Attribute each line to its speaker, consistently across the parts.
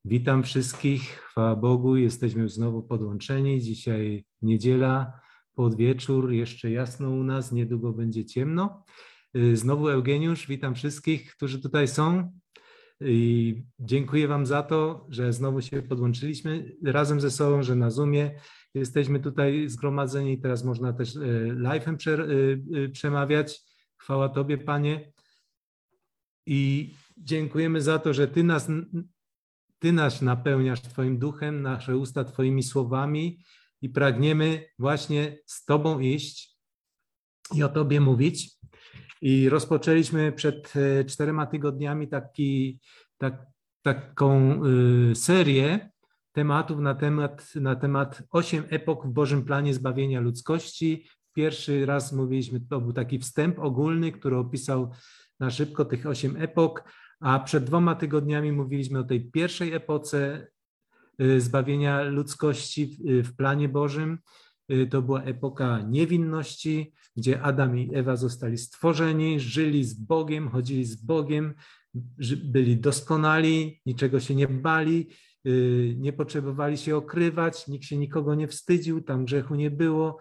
Speaker 1: Witam wszystkich, chwała Bogu, jesteśmy znowu podłączeni. Dzisiaj niedziela, podwieczór, jeszcze jasno u nas, niedługo będzie ciemno. Znowu Eugeniusz, witam wszystkich, którzy tutaj są i dziękuję Wam za to, że znowu się podłączyliśmy razem ze sobą, że na Zoomie jesteśmy tutaj zgromadzeni. Teraz można też live'em przemawiać. Chwała Tobie, Panie. I dziękujemy za to, że Ty nas napełniasz Twoim duchem, nasze usta Twoimi słowami i pragniemy właśnie z Tobą iść i o Tobie mówić. I rozpoczęliśmy przed 4 tygodniami taką serię tematów na temat 8 epok w Bożym planie zbawienia ludzkości. Pierwszy raz mówiliśmy, to był taki wstęp ogólny, który opisał na szybko tych 8 epok, a przed 2 tygodniami mówiliśmy o tej pierwszej epoce zbawienia ludzkości w planie Bożym. To była epoka niewinności, gdzie Adam i Ewa zostali stworzeni, żyli z Bogiem, chodzili z Bogiem, byli doskonali, niczego się nie bali, nie potrzebowali się okrywać, nikt się nikogo nie wstydził, tam grzechu nie było.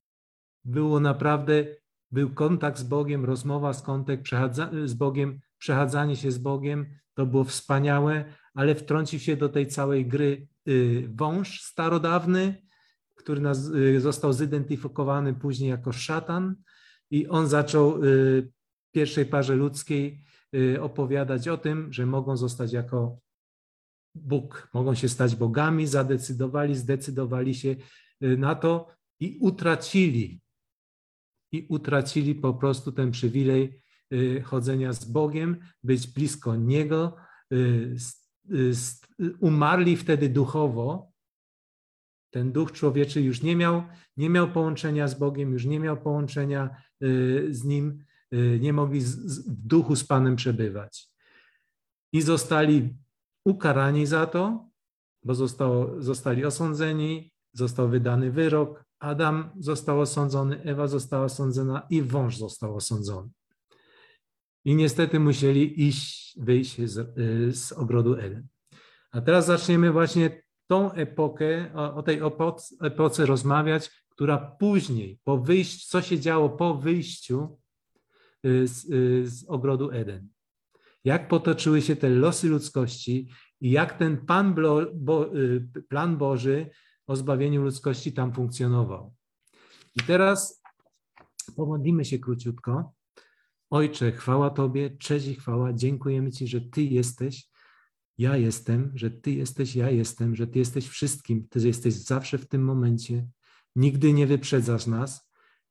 Speaker 1: Był kontakt z Bogiem, rozmowa z Bogiem, przechadzanie się z Bogiem, to było wspaniałe, ale wtrącił się do tej całej gry wąż starodawny, który został zidentyfikowany później jako szatan i on zaczął pierwszej parze ludzkiej opowiadać o tym, że mogą zostać jako Bóg, mogą się stać bogami, zdecydowali się na to i utracili po prostu ten przywilej chodzenia z Bogiem, być blisko Niego, umarli wtedy duchowo. Ten duch człowieczy już nie miał połączenia z Bogiem, już nie miał połączenia z Nim, nie mogli w duchu z Panem przebywać. I zostali ukarani za to, bo zostali osądzeni, został wydany wyrok, Adam został osądzony, Ewa została osądzona i wąż został osądzony. I niestety musieli wyjść z ogrodu Eden. A teraz zaczniemy właśnie tą epokę, o tej epoce rozmawiać, która później, co się działo po wyjściu z ogrodu Eden. Jak potoczyły się te losy ludzkości i jak ten plan Boży o zbawieniu ludzkości tam funkcjonował. I teraz pomodlimy się króciutko. Ojcze, chwała Tobie, cześć i chwała. Dziękujemy Ci, że Ty jesteś, ja jestem, że Ty jesteś, ja jestem, że Ty jesteś wszystkim. Ty jesteś zawsze w tym momencie. Nigdy nie wyprzedzasz nas.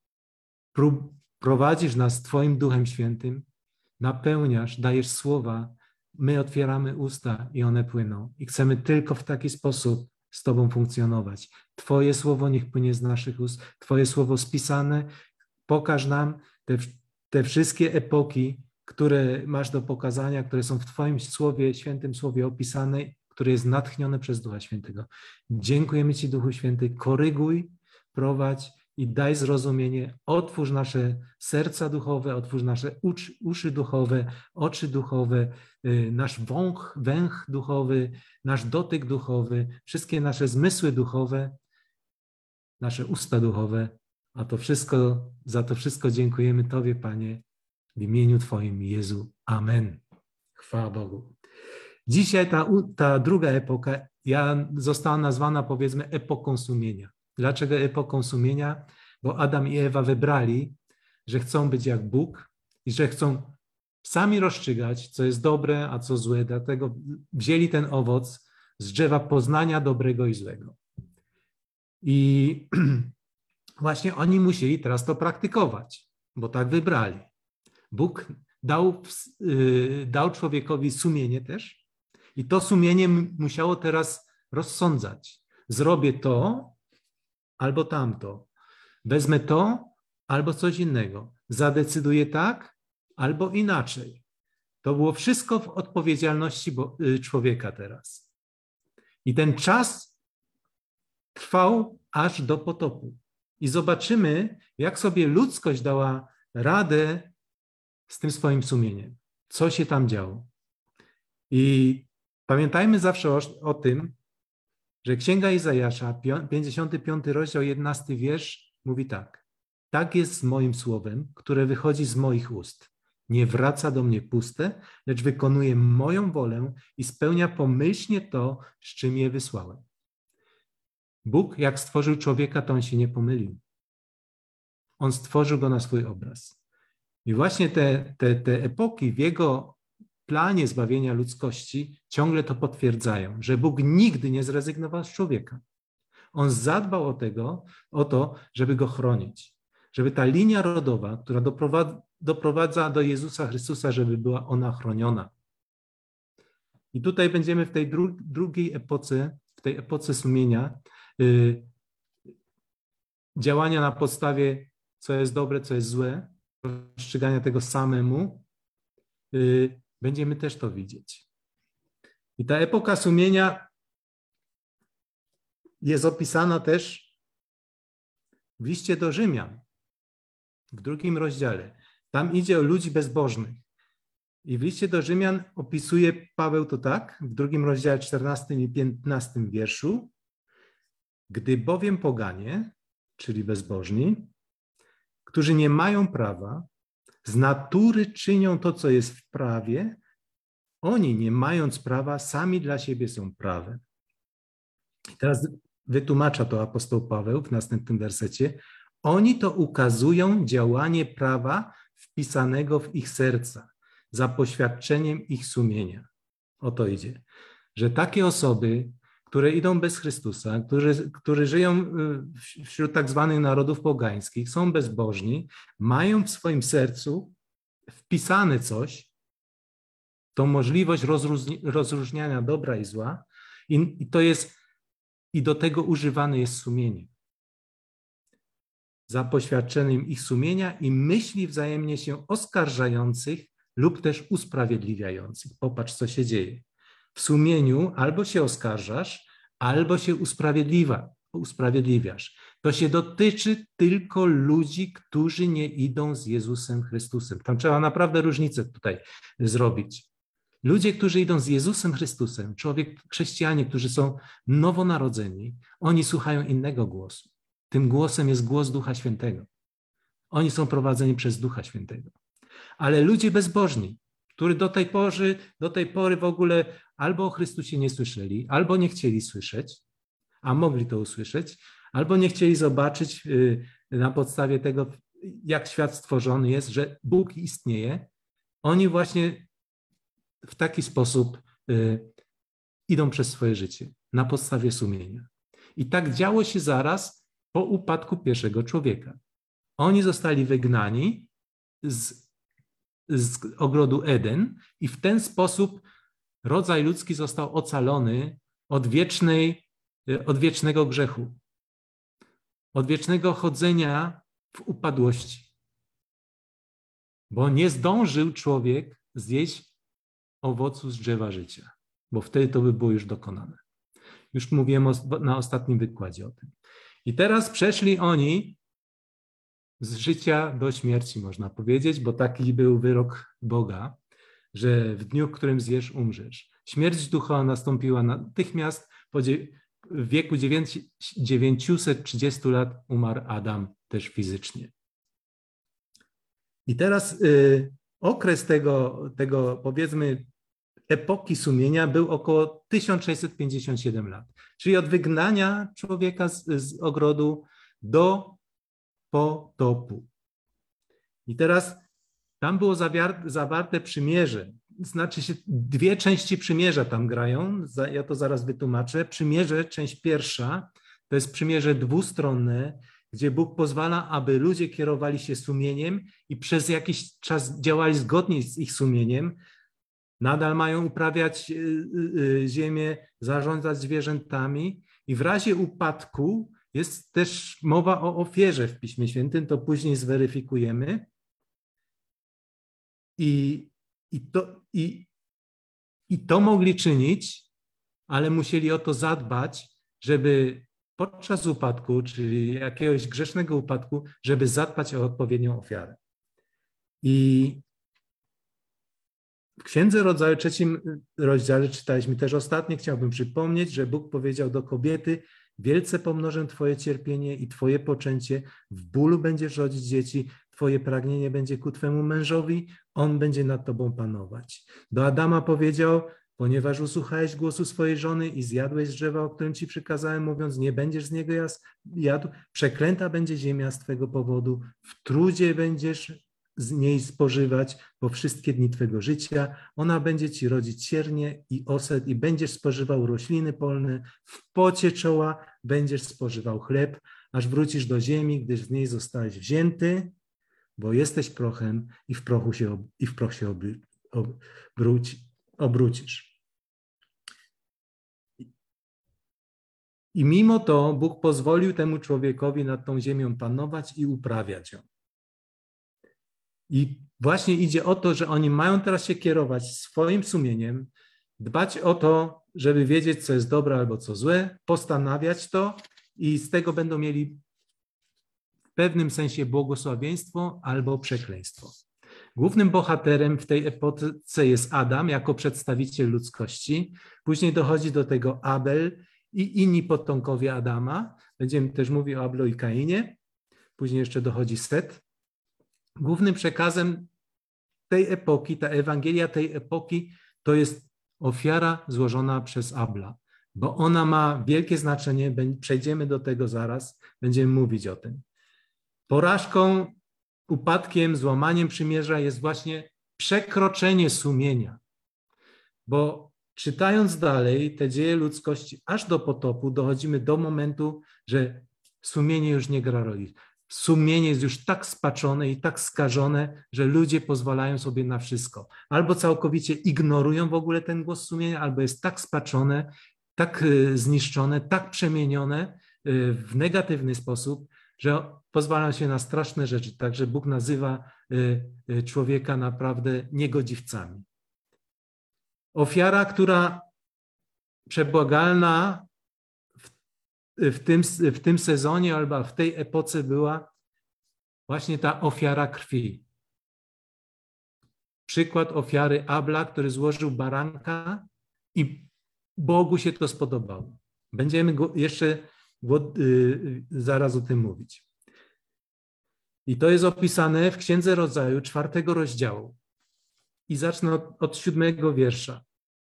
Speaker 1: Prowadzisz nas Twoim Duchem Świętym. Napełniasz, dajesz słowa. My otwieramy usta i one płyną. I chcemy tylko w taki sposób z Tobą funkcjonować. Twoje słowo niech płynie z naszych ust. Twoje słowo spisane. Pokaż nam te wszystkie epoki, które masz do pokazania, które są w Twoim słowie, świętym słowie opisane, które jest natchnione przez Ducha Świętego. Dziękujemy Ci, Duchu Święty, koryguj, prowadź i daj zrozumienie, otwórz nasze serca duchowe, otwórz nasze uszy duchowe, oczy duchowe, nasz węch duchowy, nasz dotyk duchowy, wszystkie nasze zmysły duchowe, nasze usta duchowe, za to wszystko dziękujemy Tobie, Panie, w imieniu Twoim, Jezu. Amen. Chwała Bogu. Dzisiaj ta druga epoka została nazwana, powiedzmy, epoką sumienia. Dlaczego epoką sumienia? Bo Adam i Ewa wybrali, że chcą być jak Bóg i że chcą sami rozstrzygać, co jest dobre, a co złe. Dlatego wzięli ten owoc z drzewa poznania dobrego i złego. I właśnie oni musieli teraz to praktykować, bo tak wybrali. Bóg dał człowiekowi sumienie też i to sumienie musiało teraz rozsądzać. Zrobię to albo tamto. Wezmę to albo coś innego. Zadecyduję tak albo inaczej. To było wszystko w odpowiedzialności człowieka teraz. I ten czas trwał aż do potopu. I zobaczymy, jak sobie ludzkość dała radę z tym swoim sumieniem. Co się tam działo. I Pamiętajmy zawsze o tym, że Księga Izajasza, 55 rozdział, 11 wiersz mówi tak. Tak jest z moim słowem, które wychodzi z moich ust. Nie wraca do mnie puste, lecz wykonuje moją wolę i spełnia pomyślnie to, z czym je wysłałem. Bóg, jak stworzył człowieka, to on się nie pomylił. On stworzył go na swój obraz. I właśnie te epoki w jego planie zbawienia ludzkości ciągle to potwierdzają, że Bóg nigdy nie zrezygnował z człowieka. On zadbał o to, żeby go chronić, żeby ta linia rodowa, która doprowadza do Jezusa Chrystusa, żeby była ona chroniona. I tutaj będziemy w tej drugiej epoce, w tej epoce sumienia, działania na podstawie, co jest dobre, co jest złe, rozstrzygania tego samemu, będziemy też to widzieć. I ta epoka sumienia jest opisana też w liście do Rzymian, w 2 rozdziale. Tam idzie o ludzi bezbożnych. I w liście do Rzymian opisuje Paweł to tak, w 2 rozdziale 14 i 15 wierszu. Gdy bowiem poganie, czyli bezbożni, którzy nie mają prawa, z natury czynią to, co jest w prawie, oni, nie mając prawa, sami dla siebie są prawem. I teraz wytłumacza to apostoł Paweł w następnym wersecie. Oni to ukazują działanie prawa wpisanego w ich serca, za poświadczeniem ich sumienia. O to idzie. Że takie osoby, które idą bez Chrystusa, którzy żyją wśród tak zwanych narodów pogańskich, są bezbożni, mają w swoim sercu wpisane coś, tą możliwość rozróżniania dobra i zła, i do tego używane jest sumienie. Za poświadczeniem ich sumienia i myśli wzajemnie się oskarżających lub też usprawiedliwiających. Popatrz, co się dzieje. W sumieniu albo się oskarżasz, albo się usprawiedliwiasz. To się dotyczy tylko ludzi, którzy nie idą z Jezusem Chrystusem. Tam trzeba naprawdę różnicę tutaj zrobić. Ludzie, którzy idą z Jezusem Chrystusem, chrześcijanie, którzy są nowonarodzeni, oni słuchają innego głosu. Tym głosem jest głos Ducha Świętego. Oni są prowadzeni przez Ducha Świętego. Ale ludzie bezbożni, którzy do tej pory w ogóle albo o Chrystusie nie słyszeli, albo nie chcieli słyszeć, a mogli to usłyszeć, albo nie chcieli zobaczyć na podstawie tego, jak świat stworzony jest, że Bóg istnieje, oni właśnie w taki sposób idą przez swoje życie, na podstawie sumienia. I tak działo się zaraz po upadku pierwszego człowieka. Oni zostali wygnani z ogrodu Eden i w ten sposób rodzaj ludzki został ocalony od wiecznego grzechu, od wiecznego chodzenia w upadłości. Bo nie zdążył człowiek zjeść owocu z drzewa życia, bo wtedy to by było już dokonane. Już mówiłem na ostatnim wykładzie o tym. I teraz przeszli oni z życia do śmierci, można powiedzieć, bo taki był wyrok Boga, że w dniu, w którym zjesz, umrzesz. Śmierć ducha nastąpiła natychmiast. W wieku 930 lat umarł Adam też fizycznie. I teraz okres tego powiedzmy epoki sumienia był około 1657 lat, czyli od wygnania człowieka z ogrodu do potopu. I teraz tam było zawarte przymierze, znaczy się 2 części przymierza tam grają, ja to zaraz wytłumaczę. Przymierze, część pierwsza, to jest przymierze dwustronne, gdzie Bóg pozwala, aby ludzie kierowali się sumieniem i przez jakiś czas działali zgodnie z ich sumieniem. Nadal mają uprawiać ziemię, zarządzać zwierzętami i w razie upadku jest też mowa o ofierze w Piśmie Świętym, to później zweryfikujemy. I to mogli czynić, ale musieli o to zadbać, żeby podczas upadku, czyli jakiegoś grzesznego upadku, żeby zadbać o odpowiednią ofiarę. I W Księdze Rodzaju, 3 rozdziale czytaliśmy też ostatnio, chciałbym przypomnieć, że Bóg powiedział do kobiety: wielce pomnożę twoje cierpienie i twoje poczęcie, w bólu będziesz rodzić dzieci, twoje pragnienie będzie ku twemu mężowi, on będzie nad tobą panować. Do Adama powiedział: ponieważ usłuchałeś głosu swojej żony i zjadłeś z drzewa, o którym ci przykazałem, mówiąc, nie będziesz z niego jadł, przeklęta będzie ziemia z twego powodu, w trudzie będziesz z niej spożywać po wszystkie dni twego życia. Ona będzie ci rodzić ciernie i osad i będziesz spożywał rośliny polne. W pocie czoła będziesz spożywał chleb, aż wrócisz do ziemi, gdyż z niej zostałeś wzięty, bo jesteś prochem i w proch się obrócisz. I mimo to Bóg pozwolił temu człowiekowi nad tą ziemią panować i uprawiać ją. I właśnie idzie o to, że oni mają teraz się kierować swoim sumieniem, dbać o to, żeby wiedzieć, co jest dobre albo co złe, postanawiać to i z tego będą mieli w pewnym sensie błogosławieństwo albo przekleństwo. Głównym bohaterem w tej epoce jest Adam jako przedstawiciel ludzkości. Później dochodzi do tego Abel i inni potomkowie Adama. Będziemy też mówić o Ablu i Kainie. Później jeszcze dochodzi Set. Głównym przekazem tej epoki, ta Ewangelia tej epoki, to jest ofiara złożona przez Abla, bo ona ma wielkie znaczenie, przejdziemy do tego zaraz, będziemy mówić o tym. Porażką, upadkiem, złamaniem przymierza jest właśnie przekroczenie sumienia, bo czytając dalej te dzieje ludzkości aż do potopu dochodzimy do momentu, że sumienie już nie gra roli. Sumienie jest już tak spaczone i tak skażone, że ludzie pozwalają sobie na wszystko. Albo całkowicie ignorują w ogóle ten głos sumienia, albo jest tak spaczone, tak zniszczone, tak przemienione w negatywny sposób, że pozwalają się na straszne rzeczy. Także Bóg nazywa człowieka naprawdę niegodziwcami. Ofiara, która przebłagalna w tym sezonie albo w tej epoce była właśnie ta ofiara krwi. Przykład ofiary Abla, który złożył baranka i Bogu się to spodobało. Będziemy jeszcze zaraz o tym mówić. I to jest opisane w Księdze Rodzaju 4 rozdziału. I zacznę od 7 wiersza.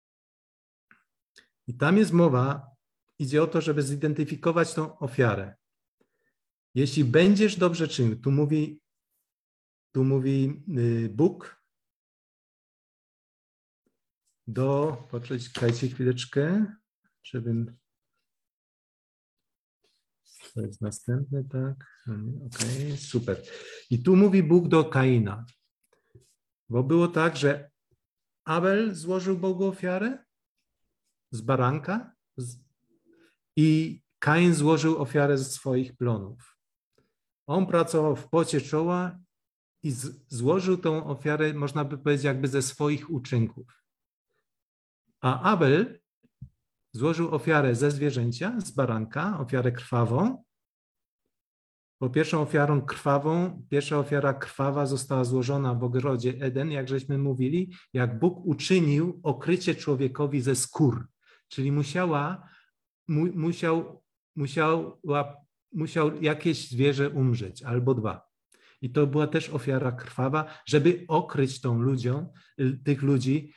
Speaker 1: I tam jest mowa, idzie o to, żeby zidentyfikować tą ofiarę. Jeśli będziesz dobrze czynił, tu mówi Bóg poczekajcie chwileczkę, żebym, to jest następne, tak, okej, super. I tu mówi Bóg do Kaina, bo było tak, że Abel złożył Bogu ofiarę z baranka i Kain złożył ofiarę ze swoich plonów. On pracował w pocie czoła i złożył tą ofiarę, można by powiedzieć, jakby ze swoich uczynków. A Abel złożył ofiarę ze zwierzęcia, z baranka, ofiarę krwawą. Bo pierwsza ofiara krwawa została złożona w ogrodzie Eden, jak żeśmy mówili, jak Bóg uczynił okrycie człowiekowi ze skór. Czyli musiał jakieś zwierzę umrzeć, albo 2. I to była też ofiara krwawa, żeby okryć tych ludzi.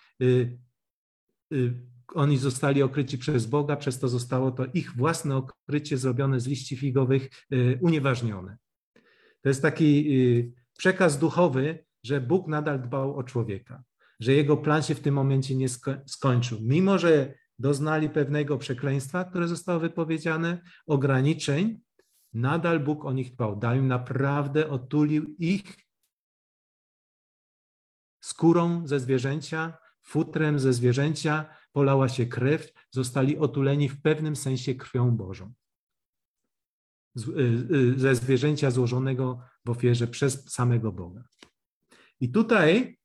Speaker 1: Oni zostali okryci przez Boga, przez to zostało to ich własne okrycie zrobione z liści figowych unieważnione. To jest taki przekaz duchowy, że Bóg nadal dbał o człowieka, że jego plan się w tym momencie nie skończył. Mimo że doznali pewnego przekleństwa, które zostało wypowiedziane, ograniczeń, nadal Bóg o nich dbał. Dał im naprawdę, otulił ich skórą ze zwierzęcia, futrem ze zwierzęcia, polała się krew, zostali otuleni w pewnym sensie krwią Bożą. Ze zwierzęcia złożonego w ofierze przez samego Boga. I tutaj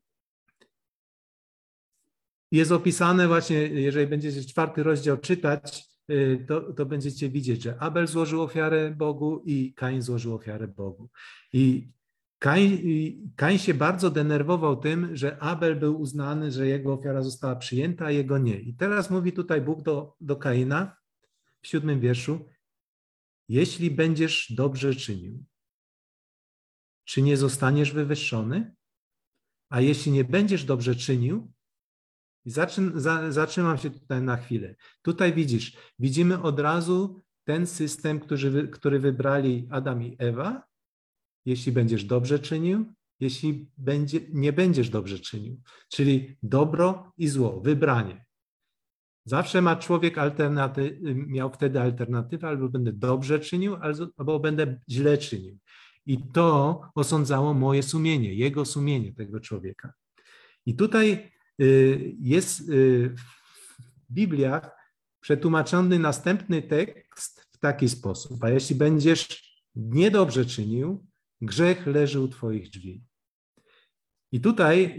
Speaker 1: jest opisane właśnie, jeżeli będziecie 4 rozdział czytać, to będziecie widzieć, że Abel złożył ofiarę Bogu i Kain złożył ofiarę Bogu. I Kain się bardzo denerwował tym, że Abel był uznany, że jego ofiara została przyjęta, a jego nie. I teraz mówi tutaj Bóg do Kaina w 7 wierszu: jeśli będziesz dobrze czynił, czy nie zostaniesz wywyższony? A jeśli nie będziesz dobrze czynił, i zatrzymam się tutaj na chwilę. Tutaj widzimy od razu ten system, który wybrali Adam i Ewa. Jeśli będziesz dobrze czynił, jeśli nie będziesz dobrze czynił. Czyli dobro i zło, wybranie. Zawsze ma człowiek miał wtedy alternatywę: albo będę dobrze czynił, albo będę źle czynił. I to osądzało moje sumienie, jego sumienie, tego człowieka. I tutaj jest w Bibliach przetłumaczony następny tekst w taki sposób: a jeśli będziesz niedobrze czynił, grzech leży u twoich drzwi. I tutaj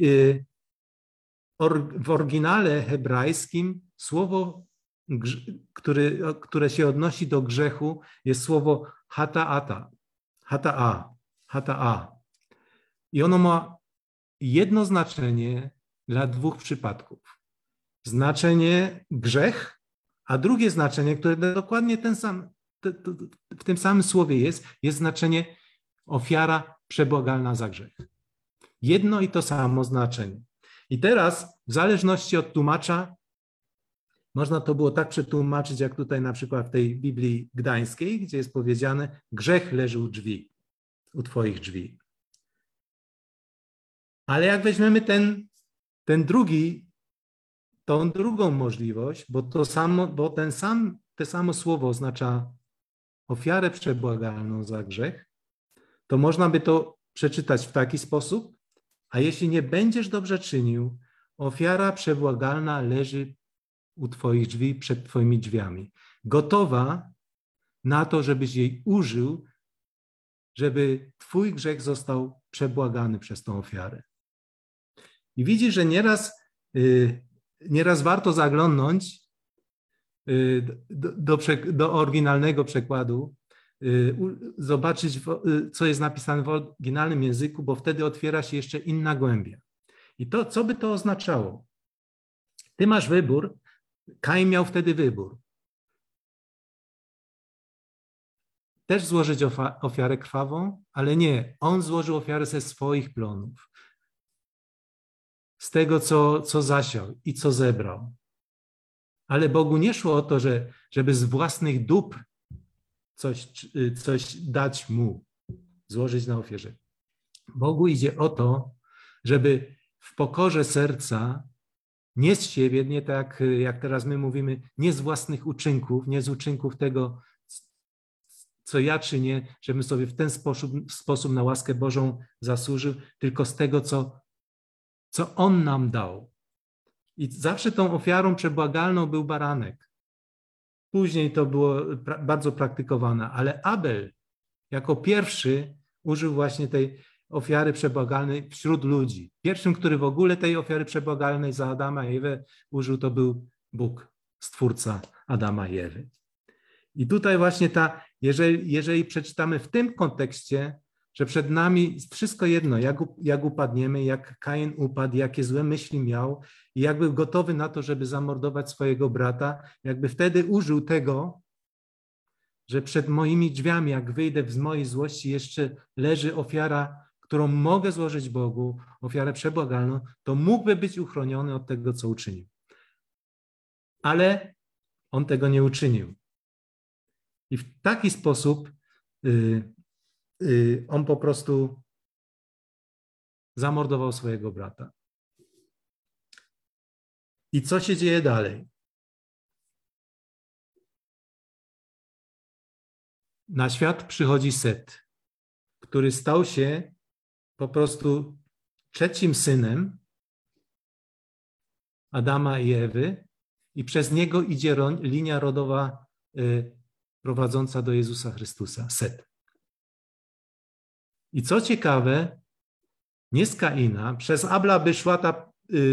Speaker 1: w oryginale hebrajskim słowo, które się odnosi do grzechu, jest słowo hata'a. I ono ma jedno znaczenie dla 2 przypadków. Znaczenie grzech, a drugie znaczenie, które dokładnie w tym samym słowie jest znaczenie ofiara przebłagalna za grzech. Jedno i to samo znaczenie. I teraz, w zależności od tłumacza, można to było tak przetłumaczyć, jak tutaj na przykład w tej Biblii Gdańskiej, gdzie jest powiedziane: grzech leży u drzwi, u twoich drzwi. Ale jak weźmiemy tą drugą możliwość, bo to samo słowo oznacza ofiarę przebłagalną za grzech, to można by to przeczytać w taki sposób: a jeśli nie będziesz dobrze czynił, ofiara przebłagalna leży u twoich drzwi, przed twoimi drzwiami, gotowa na to, żebyś jej użył, żeby twój grzech został przebłagany przez tą ofiarę. I widzisz, że nieraz warto zaglądnąć do oryginalnego przekładu, zobaczyć, co jest napisane w oryginalnym języku, bo wtedy otwiera się jeszcze inna głębia. I to, co by to oznaczało? Ty masz wybór, Kain miał wtedy wybór. Też złożyć ofiarę krwawą, ale nie, on złożył ofiarę ze swoich plonów. Z tego, co zasiał i co zebrał. Ale Bogu nie szło o to, żeby z własnych dóbr coś dać mu, złożyć na ofierze. Bogu idzie o to, żeby w pokorze serca, nie z siebie, nie tak jak teraz my mówimy, nie z własnych uczynków, nie z uczynków tego, co ja czynię, żebym sobie w ten sposób na łaskę Bożą zasłużył, tylko z tego, co On nam dał. I zawsze tą ofiarą przebłagalną był baranek. Później to było bardzo praktykowane, ale Abel jako pierwszy użył właśnie tej ofiary przebłagalnej wśród ludzi. Pierwszym, który w ogóle tej ofiary przebłagalnej za Adama i Ewę użył, to był Bóg, Stwórca Adama i Ewy. I tutaj właśnie jeżeli przeczytamy w tym kontekście, że przed nami wszystko jedno, jak upadniemy, jak Kain upadł, jakie złe myśli miał i jak był gotowy na to, żeby zamordować swojego brata, jakby wtedy użył tego, że przed moimi drzwiami, jak wyjdę z mojej złości, jeszcze leży ofiara, którą mogę złożyć Bogu, ofiarę przebłagalną, to mógłby być uchroniony od tego, co uczynił. Ale on tego nie uczynił. I w taki sposób on po prostu zamordował swojego brata. I co się dzieje dalej? Na świat przychodzi Set, który stał się po prostu trzecim synem Adama i Ewy i przez niego idzie linia rodowa prowadząca do Jezusa Chrystusa, Set. I co ciekawe, nie z Kaina, przez Abla by szła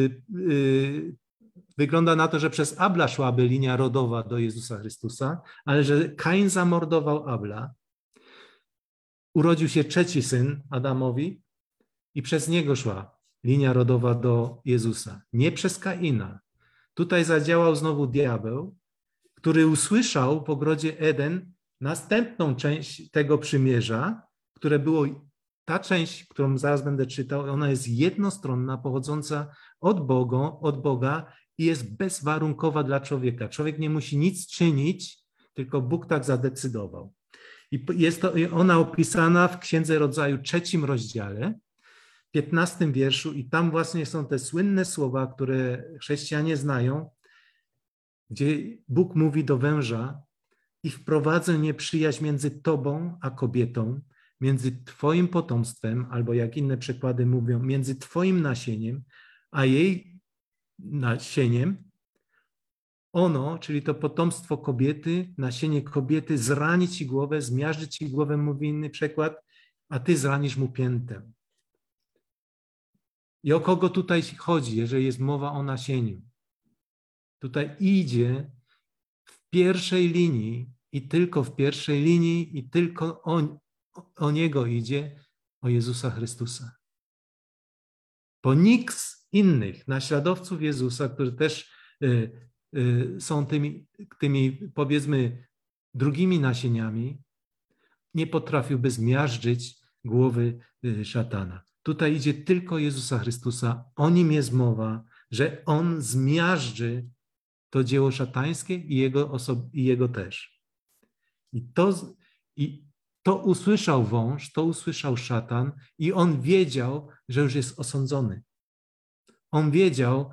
Speaker 1: wygląda na to, że przez Abla szłaby linia rodowa do Jezusa Chrystusa, ale że Kain zamordował Abla. urodził się trzeci syn Adamowi i przez niego szła linia rodowa do Jezusa, nie przez Kaina. Tutaj zadziałał znowu diabeł, który usłyszał w ogrodzie Eden następną część tego przymierza, które było, ta część, którą zaraz będę czytał, ona jest jednostronna, pochodząca od Boga i jest bezwarunkowa dla człowieka. Człowiek nie musi nic czynić, tylko Bóg tak zadecydował. I jest to ona opisana w Księdze Rodzaju 3 rozdziale, 15 wierszu i tam właśnie są te słynne słowa, które chrześcijanie znają, gdzie Bóg mówi do węża: i wprowadzę nieprzyjaźń między tobą a kobietą, między twoim potomstwem, albo jak inne przykłady mówią, między twoim nasieniem, a jej nasieniem. Ono, czyli to potomstwo kobiety, nasienie kobiety, zrani ci głowę, zmiażdży ci głowę, mówi inny przykład, a ty zranisz mu piętę. I o kogo tutaj chodzi, jeżeli jest mowa o nasieniu? Tutaj idzie w pierwszej linii i tylko w pierwszej linii i tylko o Niego idzie, o Jezusa Chrystusa. Bo nikt z innych naśladowców Jezusa, którzy też są tymi powiedzmy drugimi nasieniami, nie potrafiłby zmiażdżyć głowy szatana. Tutaj idzie tylko Jezusa Chrystusa. O Nim jest mowa, że On zmiażdży to dzieło szatańskie i Jego też. I to usłyszał wąż, to usłyszał szatan i on wiedział, że już jest osądzony. On wiedział,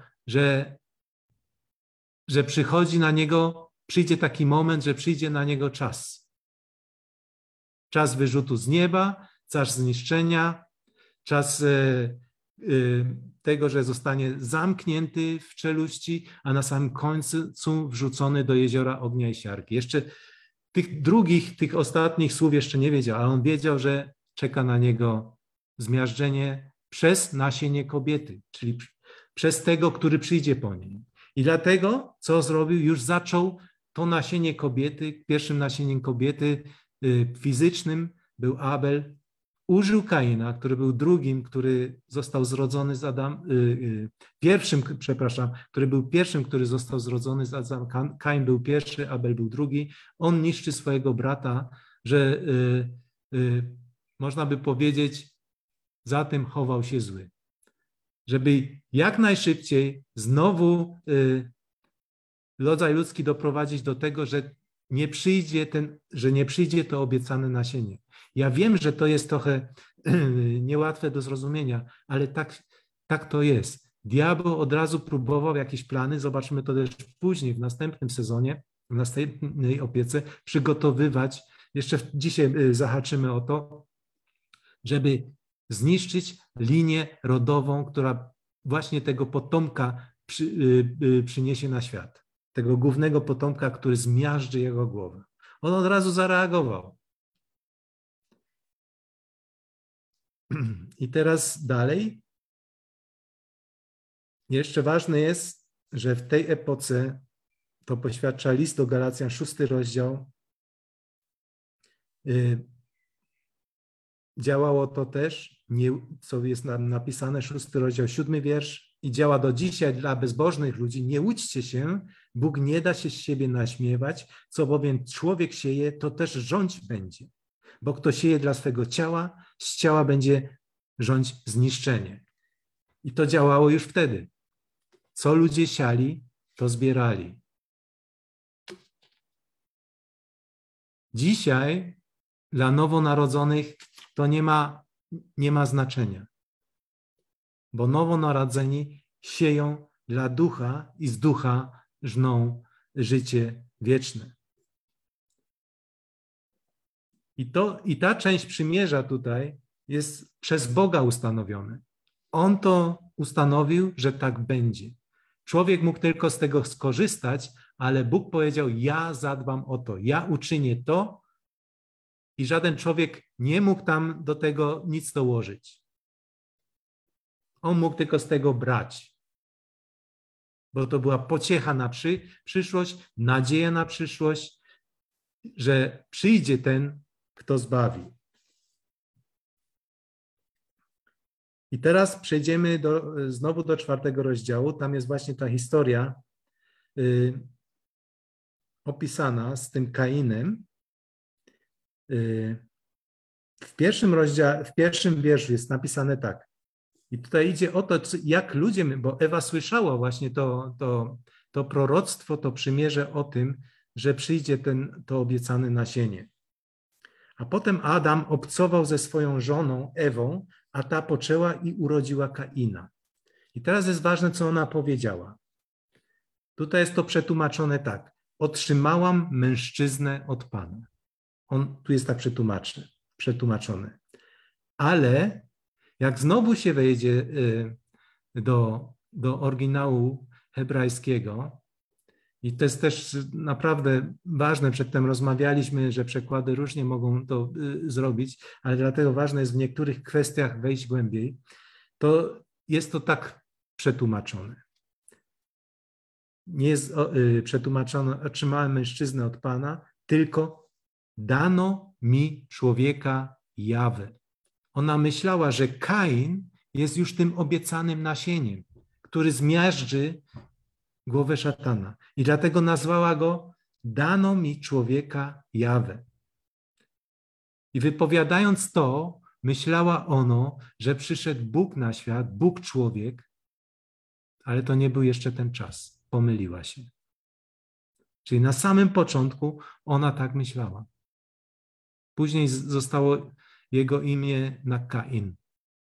Speaker 1: że przyjdzie taki moment, że przyjdzie na niego czas. Czas wyrzutu z nieba, czas zniszczenia, czas tego, że zostanie zamknięty w czeluści, a na samym końcu wrzucony do jeziora ognia i siarki. Jeszcze tych ostatnich słów jeszcze nie wiedział, ale on wiedział, że czeka na niego zmiażdżenie przez nasienie kobiety, czyli przez tego, który przyjdzie po nim. I dlatego, co zrobił? Już zaczął to nasienie kobiety, pierwszym nasieniem kobiety fizycznym był Abel. Użył Kaina, który był drugim, który został zrodzony z który był pierwszym, który został zrodzony z Adama. Kain był pierwszy, Abel był drugi. On niszczy swojego brata, że można by powiedzieć, za tym chował się zły. Żeby jak najszybciej znowu rodzaj ludzki doprowadzić do tego, że nie przyjdzie to obiecane nasienie. Ja wiem, że to jest trochę niełatwe do zrozumienia, ale tak to jest. Diabeł od razu próbował jakieś plany, zobaczymy to też później, w następnym sezonie, w następnej opiece, przygotowywać, jeszcze dzisiaj zahaczymy o to, żeby zniszczyć linię rodową, która właśnie tego potomka przyniesie na świat. Tego głównego potomka, który zmiażdży jego głowę. On od razu zareagował. I teraz dalej. Jeszcze ważne jest, że w tej epoce, to poświadcza list do Galacjan, 6 rozdział, działało to też, co jest napisane, 6 rozdział, 7 wiersz, i działa do dzisiaj dla bezbożnych ludzi. Nie łudźcie się, Bóg nie da się z siebie naśmiewać, co bowiem człowiek sieje, to też rządź będzie. Bo kto sieje dla swego ciała, z ciała będzie rządź zniszczenie. I to działało już wtedy. Co ludzie siali, to zbierali. Dzisiaj dla nowonarodzonych to nie ma znaczenia. Bo nowonarodzeni sieją dla ducha i z ducha żną życie wieczne. I ta część przymierza tutaj jest przez Boga ustanowione. On to ustanowił, że tak będzie. Człowiek mógł tylko z tego skorzystać, ale Bóg powiedział, ja zadbam o to, ja uczynię to i żaden człowiek nie mógł tam do tego nic dołożyć. On mógł tylko z tego brać, bo to była pociecha na przyszłość, nadzieja na przyszłość, że przyjdzie ten, kto zbawi. I teraz przejdziemy znowu do 4 rozdziału. Tam jest właśnie ta historia opisana z tym Kainem. W pierwszym wierszu jest napisane tak. I tutaj idzie o to, jak ludzie, bo Ewa słyszała właśnie to proroctwo, to przymierze o tym, że przyjdzie to obiecane nasienie. A potem Adam obcował ze swoją żoną Ewą, a ta poczęła i urodziła Kaina. I teraz jest ważne, co ona powiedziała. Tutaj jest to przetłumaczone tak. Otrzymałam mężczyznę od Pana. Tu jest tak przetłumaczone. Ale jak znowu się wejdzie do oryginału hebrajskiego, i to jest też naprawdę ważne, przedtem rozmawialiśmy, że przekłady różnie mogą to zrobić, ale dlatego ważne jest w niektórych kwestiach wejść głębiej, to jest to tak przetłumaczone. Nie jest przetłumaczone, otrzymałem mężczyznę od Pana, tylko dano mi człowieka Jahwe. Ona myślała, że Kain jest już tym obiecanym nasieniem, który zmiażdży głowę szatana. I dlatego nazwała go dano mi człowieka Jahwe. I wypowiadając to, myślała ono, że przyszedł Bóg na świat, Bóg człowiek, ale to nie był jeszcze ten czas. Pomyliła się. Czyli na samym początku ona tak myślała. Później zostało jego imię na Kain.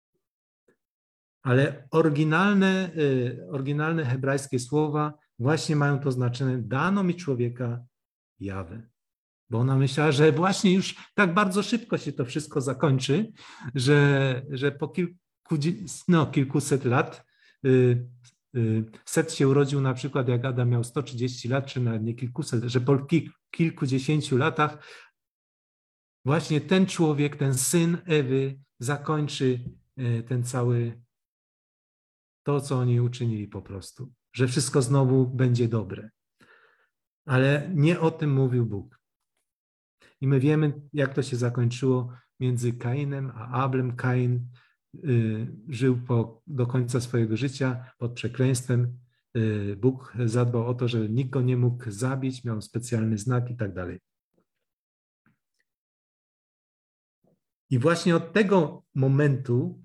Speaker 1: Ale oryginalne hebrajskie słowa właśnie mają to znaczenie dano mi człowieka Jahwe. Bo ona myślała, że właśnie już tak bardzo szybko się to wszystko zakończy, że po kilkuset lat Set się urodził na przykład, jak Adam miał 130 lat, czy nawet nie kilkuset, że po kilkudziesięciu latach właśnie ten człowiek, ten syn Ewy zakończy ten cały to, co oni uczynili po prostu. Że wszystko znowu będzie dobre. Ale nie o tym mówił Bóg. I my wiemy, jak to się zakończyło między Kainem a Ablem. Kain żył do końca swojego życia pod przekleństwem. Bóg zadbał o to, że nikt go nie mógł zabić, miał specjalny znak i tak dalej. I właśnie od tego momentu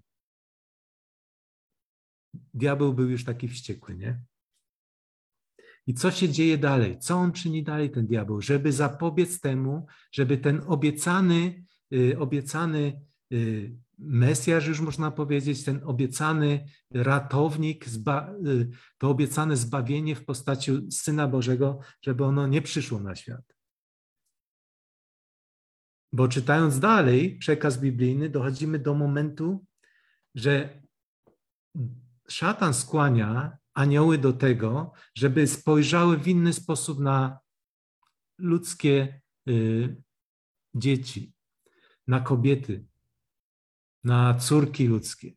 Speaker 1: diabeł był już taki wściekły, nie? I co się dzieje dalej? Co on czyni dalej, ten diabeł? Żeby zapobiec temu, żeby ten obiecany Mesjasz, już można powiedzieć, ten obiecany ratownik, to obiecane zbawienie w postaci Syna Bożego, żeby ono nie przyszło na świat. Bo czytając dalej przekaz biblijny, dochodzimy do momentu, że szatan skłania anioły do tego, żeby spojrzały w inny sposób na ludzkie dzieci, na kobiety, na córki ludzkie.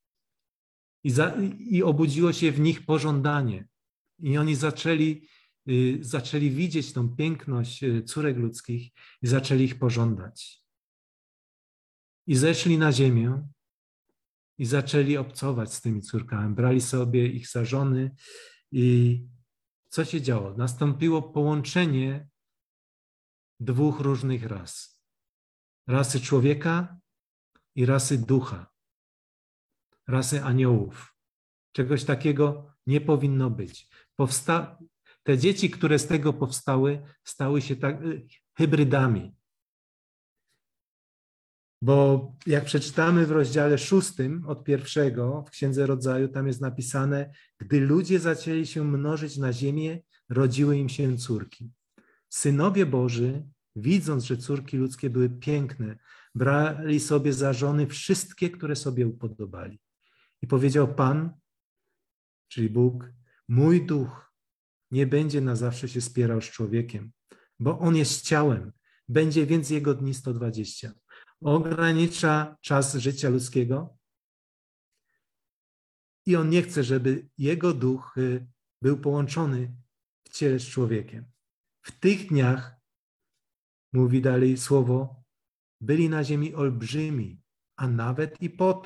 Speaker 1: I obudziło się w nich pożądanie. I oni zaczęli widzieć tą piękność córek ludzkich i zaczęli ich pożądać. I zeszli na ziemię i zaczęli obcować z tymi córkami. Brali sobie ich za żony i co się działo? Nastąpiło połączenie dwóch różnych ras. Rasy człowieka i rasy ducha. Rasy aniołów. Czegoś takiego nie powinno być. Te dzieci, które z tego powstały, stały się hybrydami. Bo jak przeczytamy w rozdziale 6 od 1 w Księdze Rodzaju, tam jest napisane, gdy ludzie zaczęli się mnożyć na ziemię, rodziły im się córki. Synowie Boży, widząc, że córki ludzkie były piękne, brali sobie za żony wszystkie, które sobie upodobali. I powiedział Pan, czyli Bóg, mój duch nie będzie na zawsze się spierał z człowiekiem, bo on jest ciałem, będzie więc jego dni 120. Ogranicza czas życia ludzkiego i on nie chce, żeby jego duch był połączony w ciele z człowiekiem. W tych dniach, mówi dalej słowo, byli na ziemi olbrzymi, a nawet i potem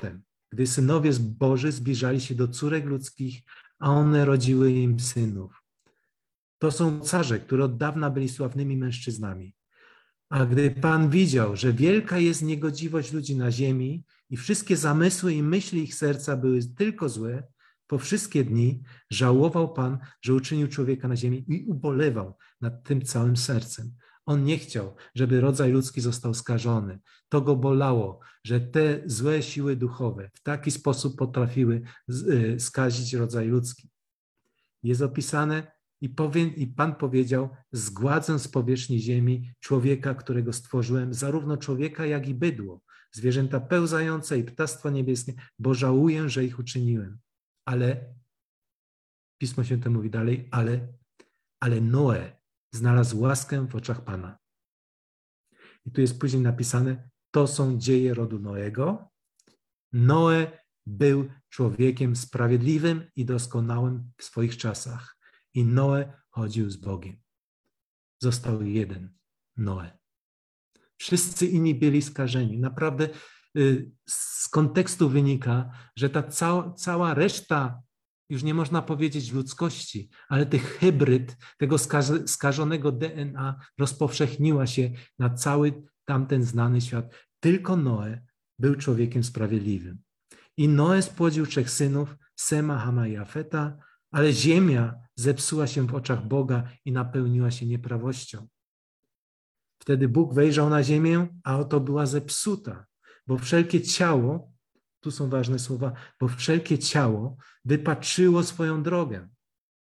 Speaker 1: gdy synowie Boży zbliżali się do córek ludzkich, a one rodziły im synów. To są carze, które od dawna byli sławnymi mężczyznami. A gdy Pan widział, że wielka jest niegodziwość ludzi na ziemi i wszystkie zamysły i myśli ich serca były tylko złe, po wszystkie dni żałował Pan, że uczynił człowieka na ziemi i ubolewał nad tym całym sercem. On nie chciał, żeby rodzaj ludzki został skażony. To go bolało, że te złe siły duchowe w taki sposób potrafiły skazić rodzaj ludzki. Jest opisane i Pan powiedział: zgładzę z powierzchni ziemi człowieka, którego stworzyłem, zarówno człowieka, jak i bydło, zwierzęta pełzające i ptactwo niebieskie, bo żałuję, że ich uczyniłem. Ale Pismo Święte mówi dalej, ale Noe znalazł łaskę w oczach Pana. I tu jest później napisane, to są dzieje rodu Noego. Noe był człowiekiem sprawiedliwym i doskonałym w swoich czasach. I Noe chodził z Bogiem. Został jeden, Noe. Wszyscy inni byli skażeni. Naprawdę z kontekstu wynika, że ta cała reszta, już nie można powiedzieć ludzkości, ale tych hybryd, tego skażonego DNA rozpowszechniła się na cały tamten znany świat. Tylko Noe był człowiekiem sprawiedliwym. I Noe spłodził 3 synów, Sema, Hama i Jafeta, ale ziemia zepsuła się w oczach Boga i napełniła się nieprawością. Wtedy Bóg wejrzał na ziemię, a oto była zepsuta, bo wszelkie ciało, tu są ważne słowa, bo wszelkie ciało wypatrzyło swoją drogę.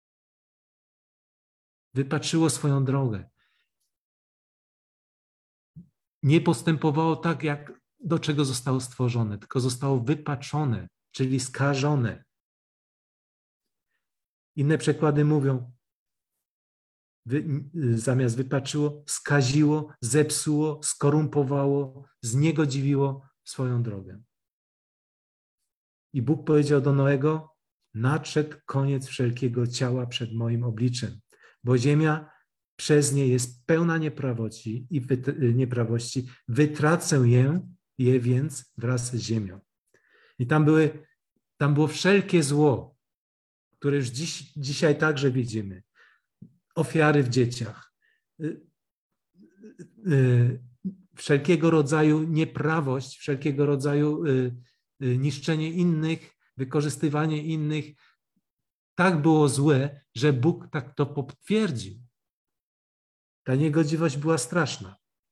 Speaker 1: Wypatrzyło swoją drogę. Nie postępowało tak, jak do czego zostało stworzone, tylko zostało wypaczone, czyli skażone. Inne przekłady mówią, zamiast wypaczyło, skaziło, zepsuło, skorumpowało, zniegodziwiło swoją drogę. I Bóg powiedział do Noego, nadszedł koniec wszelkiego ciała przed moim obliczem, bo ziemia przez nie jest pełna nieprawości, wytracę je więc wraz z ziemią. I tam było wszelkie zło, które już dzisiaj także widzimy. Ofiary w dzieciach, wszelkiego rodzaju nieprawość, wszelkiego rodzaju niszczenie innych, wykorzystywanie innych. Tak było złe, że Bóg tak to potwierdził. Ta niegodziwość była straszna.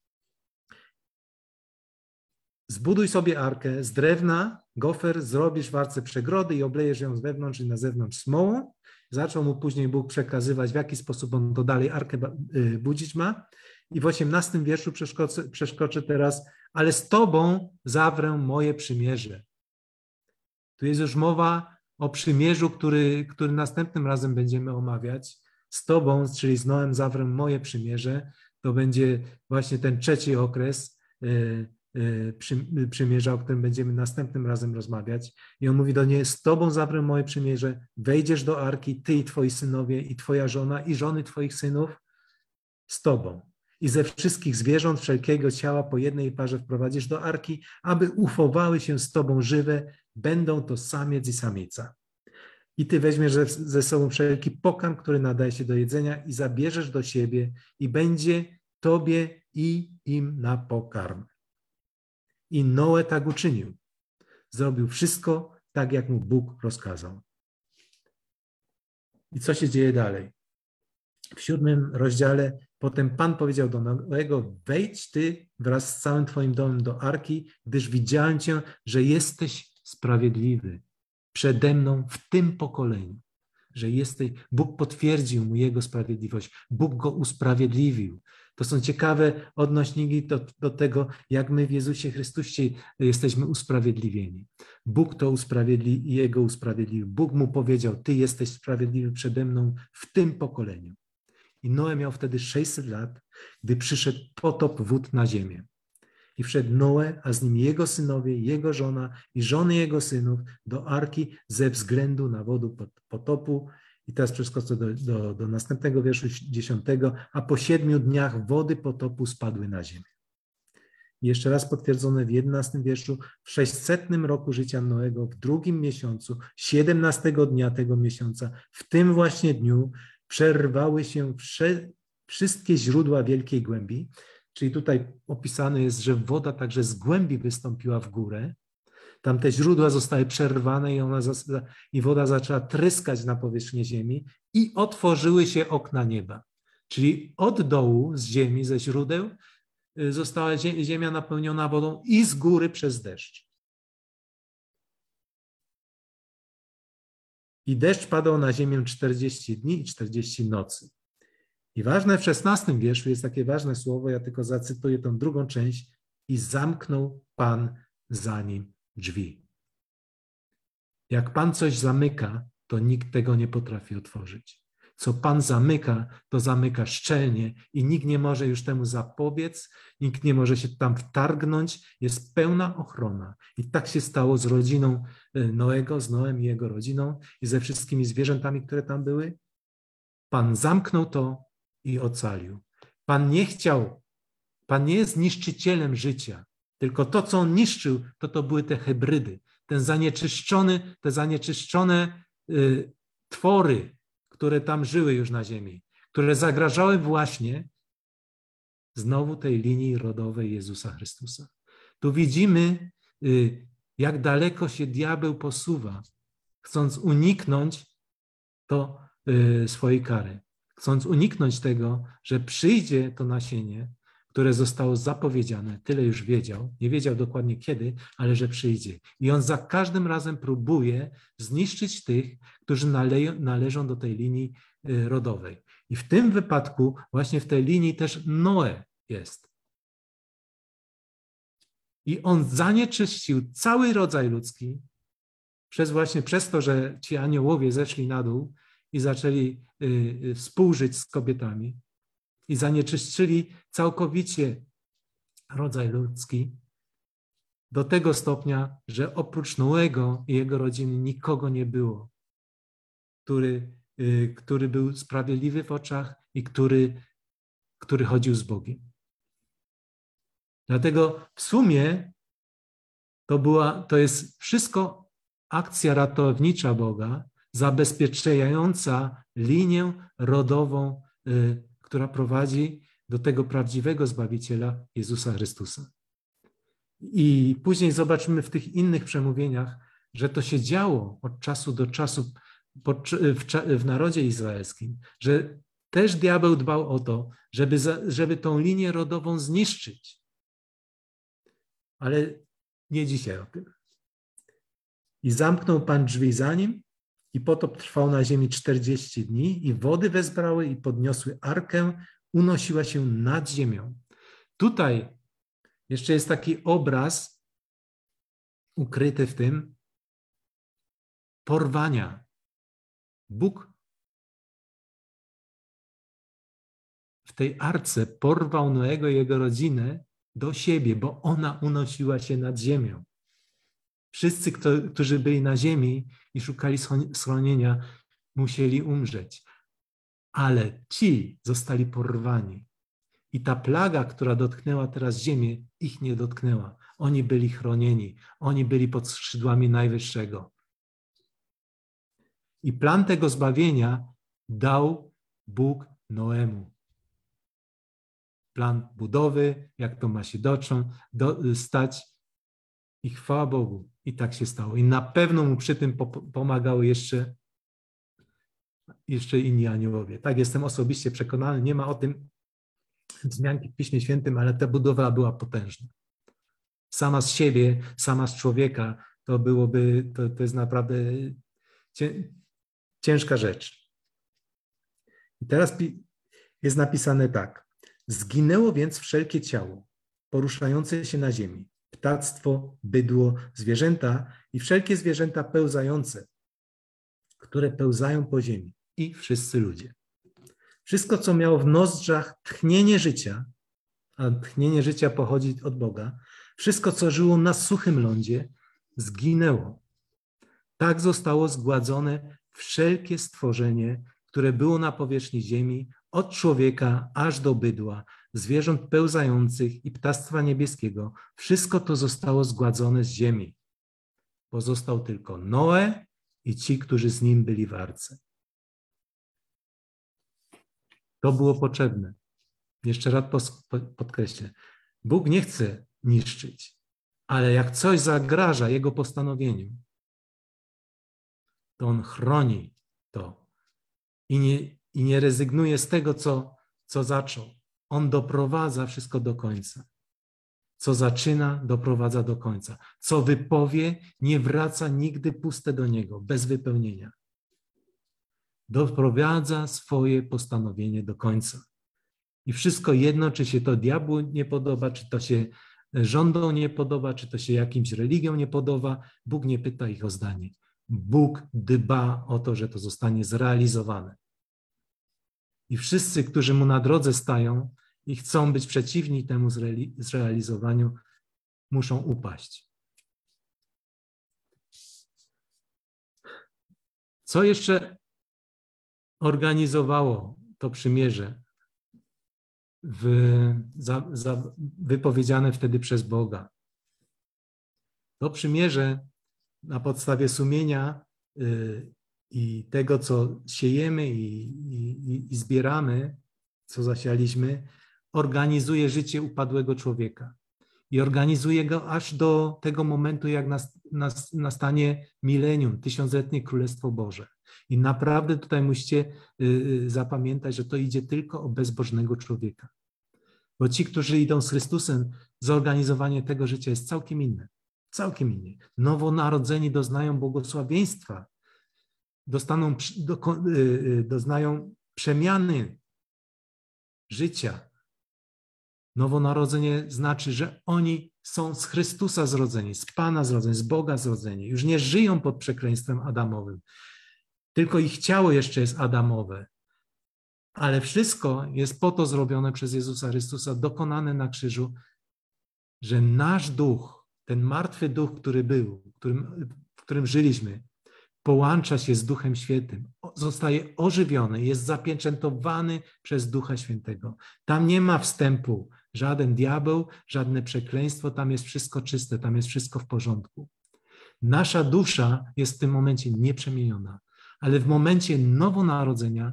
Speaker 1: Zbuduj sobie arkę z drewna, gofer, zrobisz w arce przegrody i oblejesz ją z wewnątrz i na zewnątrz smołą. Zaczął mu później Bóg przekazywać, w jaki sposób on to dalej arkę budzić ma. I w 18 wierszu przeskoczę teraz, ale z Tobą zawrę moje przymierze. Tu jest już mowa o przymierzu, który następnym razem będziemy omawiać. Z Tobą, czyli z Noem, zawrę moje przymierze. To będzie właśnie ten 3. okres przymierza, o którym będziemy następnym razem rozmawiać. I on mówi do niej, z Tobą zawrę moje przymierze, wejdziesz do arki, Ty i Twoi synowie i Twoja żona i żony Twoich synów z Tobą. I ze wszystkich zwierząt wszelkiego ciała po jednej parze wprowadzisz do arki, aby uchowały się z Tobą żywe, będą to samiec i samica. I Ty weźmiesz ze sobą wszelki pokarm, który nadaje się do jedzenia i zabierzesz do siebie i będzie Tobie i im na pokarm. I Noe tak uczynił. Zrobił wszystko tak, jak mu Bóg rozkazał. I co się dzieje dalej? W 7 rozdziale potem Pan powiedział do Noego, wejdź Ty wraz z całym Twoim domem do arki, gdyż widziałem Cię, że jesteś sprawiedliwy przede mną w tym pokoleniu. Że jesteś, Bóg potwierdził mu jego sprawiedliwość. Bóg go usprawiedliwił. To są ciekawe odnośniki do tego, jak my w Jezusie Chrystusie jesteśmy usprawiedliwieni. Bóg to usprawiedliwił i jego usprawiedliwił. Bóg mu powiedział, Ty jesteś sprawiedliwy przede mną w tym pokoleniu. I Noe miał wtedy 600 lat, gdy przyszedł potop wód na ziemię. I wszedł Noe, a z nim jego synowie, jego żona i żony jego synów do arki ze względu na wodę potopu. I teraz przeskoczę do następnego wierszu 10. A po 7 dniach wody potopu spadły na ziemię. I jeszcze raz potwierdzone w 11 wierszu, w 600 roku życia Noego, w 2 miesiącu, 17 dnia tego miesiąca, w tym właśnie dniu przerwały się wszystkie źródła wielkiej głębi. Czyli tutaj opisane jest, że woda także z głębi wystąpiła w górę. Tam te źródła zostały przerwane i woda zaczęła tryskać na powierzchnię ziemi i otworzyły się okna nieba. Czyli od dołu, z ziemi, ze źródeł została ziemia napełniona wodą i z góry przez deszcz. I deszcz padał na ziemię 40 dni i 40 nocy. I ważne w 16 wierszu jest takie ważne słowo, ja tylko zacytuję tą drugą część. I zamknął Pan za nim drzwi. Jak Pan coś zamyka, to nikt tego nie potrafi otworzyć. Co Pan zamyka, to zamyka szczelnie i nikt nie może już temu zapobiec, nikt nie może się tam wtargnąć, jest pełna ochrona. I tak się stało z rodziną Noego, z Noem i jego rodziną i ze wszystkimi zwierzętami, które tam były. Pan zamknął to i ocalił. Pan nie chciał, Pan nie jest niszczycielem życia, tylko to, co on niszczył, to były te hybrydy, te zanieczyszczone twory, które tam żyły już na ziemi, które zagrażały właśnie znowu tej linii rodowej Jezusa Chrystusa. Tu widzimy, jak daleko się diabeł posuwa, chcąc uniknąć swojej kary, chcąc uniknąć tego, że przyjdzie to nasienie, które zostało zapowiedziane, tyle już wiedział, nie wiedział dokładnie kiedy, ale że przyjdzie. I on za każdym razem próbuje zniszczyć tych, którzy należą do tej linii rodowej. I w tym wypadku właśnie w tej linii też Noe jest. I on zanieczyścił cały rodzaj ludzki przez to, że ci aniołowie zeszli na dół i zaczęli współżyć z kobietami i zanieczyszczyli całkowicie rodzaj ludzki do tego stopnia, że oprócz Noego i jego rodziny nikogo nie było, który był sprawiedliwy w oczach i który chodził z Bogiem. Dlatego w sumie to jest wszystko akcja ratownicza Boga, zabezpieczająca linię rodową, która prowadzi do tego prawdziwego Zbawiciela Jezusa Chrystusa. I później zobaczymy w tych innych przemówieniach, że to się działo od czasu do czasu w narodzie izraelskim, że też diabeł dbał o to, żeby tą linię rodową zniszczyć. Ale nie dzisiaj o tym. I zamknął Pan drzwi za nim i potop trwał na ziemi 40 dni i wody wezbrały i podniosły arkę, unosiła się nad ziemią. Tutaj jeszcze jest taki obraz ukryty w tym porwania. Bóg w tej arce porwał Noego i jego rodzinę do siebie, bo ona unosiła się nad ziemią. Wszyscy, którzy byli na ziemi i szukali schronienia, musieli umrzeć. Ale ci zostali porwani. I ta plaga, która dotknęła teraz ziemię, ich nie dotknęła. Oni byli chronieni. Oni byli pod skrzydłami Najwyższego. I plan tego zbawienia dał Bóg Noemu. Plan budowy, jak to ma się stać. I chwała Bogu. I tak się stało. I na pewno mu przy tym pomagały jeszcze inni aniołowie. Tak, jestem osobiście przekonany. Nie ma o tym wzmianki w Piśmie Świętym, ale ta budowa była potężna. Sama z siebie, sama z człowieka, to jest naprawdę ciężka rzecz. I teraz jest napisane tak. Zginęło więc wszelkie ciało poruszające się na ziemi. Ptactwo, bydło, zwierzęta i wszelkie zwierzęta pełzające, które pełzają po ziemi i wszyscy ludzie. Wszystko, co miało w nozdrzach tchnienie życia, a tchnienie życia pochodzi od Boga, wszystko, co żyło na suchym lądzie, zginęło. Tak zostało zgładzone wszelkie stworzenie, które było na powierzchni ziemi, od człowieka aż do bydła, zwierząt pełzających i ptactwa niebieskiego, wszystko to zostało zgładzone z ziemi. Pozostał tylko Noe i ci, którzy z nim byli w arce. To było potrzebne. Jeszcze raz podkreślę. Bóg nie chce niszczyć, ale jak coś zagraża Jego postanowieniu, to On chroni to i nie rezygnuje z tego, co zaczął. On doprowadza wszystko do końca. Co zaczyna, doprowadza do końca. Co wypowie, nie wraca nigdy puste do Niego, bez wypełnienia. Doprowadza swoje postanowienie do końca. I wszystko jedno, czy się to diabłu nie podoba, czy to się rządom nie podoba, czy to się jakimś religiom nie podoba, Bóg nie pyta ich o zdanie. Bóg dba o to, że to zostanie zrealizowane. I wszyscy, którzy Mu na drodze stają i chcą być przeciwni temu zrealizowaniu, muszą upaść. Co jeszcze organizowało to przymierze wypowiedziane wtedy przez Boga? To przymierze na podstawie sumienia i tego, co siejemy i zbieramy, co zasialiśmy, organizuje życie upadłego człowieka. I organizuje go aż do tego momentu, jak nastanie milenium, tysiącletnie Królestwo Boże. I naprawdę tutaj musicie zapamiętać, że to idzie tylko o bezbożnego człowieka. Bo ci, którzy idą z Chrystusem, zorganizowanie tego życia jest całkiem inne. Całkiem inne. Nowonarodzeni doznają błogosławieństwa, doznają przemiany życia. Nowonarodzenie znaczy, że oni są z Chrystusa zrodzeni, z Pana zrodzeni, z Boga zrodzeni. Już nie żyją pod przekleństwem adamowym. Tylko ich ciało jeszcze jest adamowe. Ale wszystko jest po to zrobione przez Jezusa Chrystusa, dokonane na krzyżu, że nasz duch, ten martwy duch, który był, w którym żyliśmy, połącza się z Duchem Świętym, zostaje ożywiony, jest zapieczętowany przez Ducha Świętego. Tam nie ma wstępu żaden diabeł, żadne przekleństwo, tam jest wszystko czyste, tam jest wszystko w porządku. Nasza dusza jest w tym momencie nieprzemieniona, ale w momencie nowonarodzenia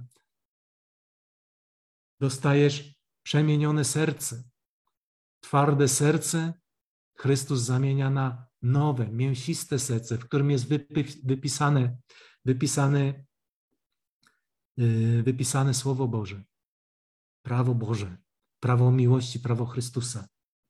Speaker 1: dostajesz przemienione serce. Twarde serce Chrystus zamienia na nowe, mięsiste serce, w którym jest wypisane Słowo Boże, prawo Boże, prawo miłości, prawo Chrystusa.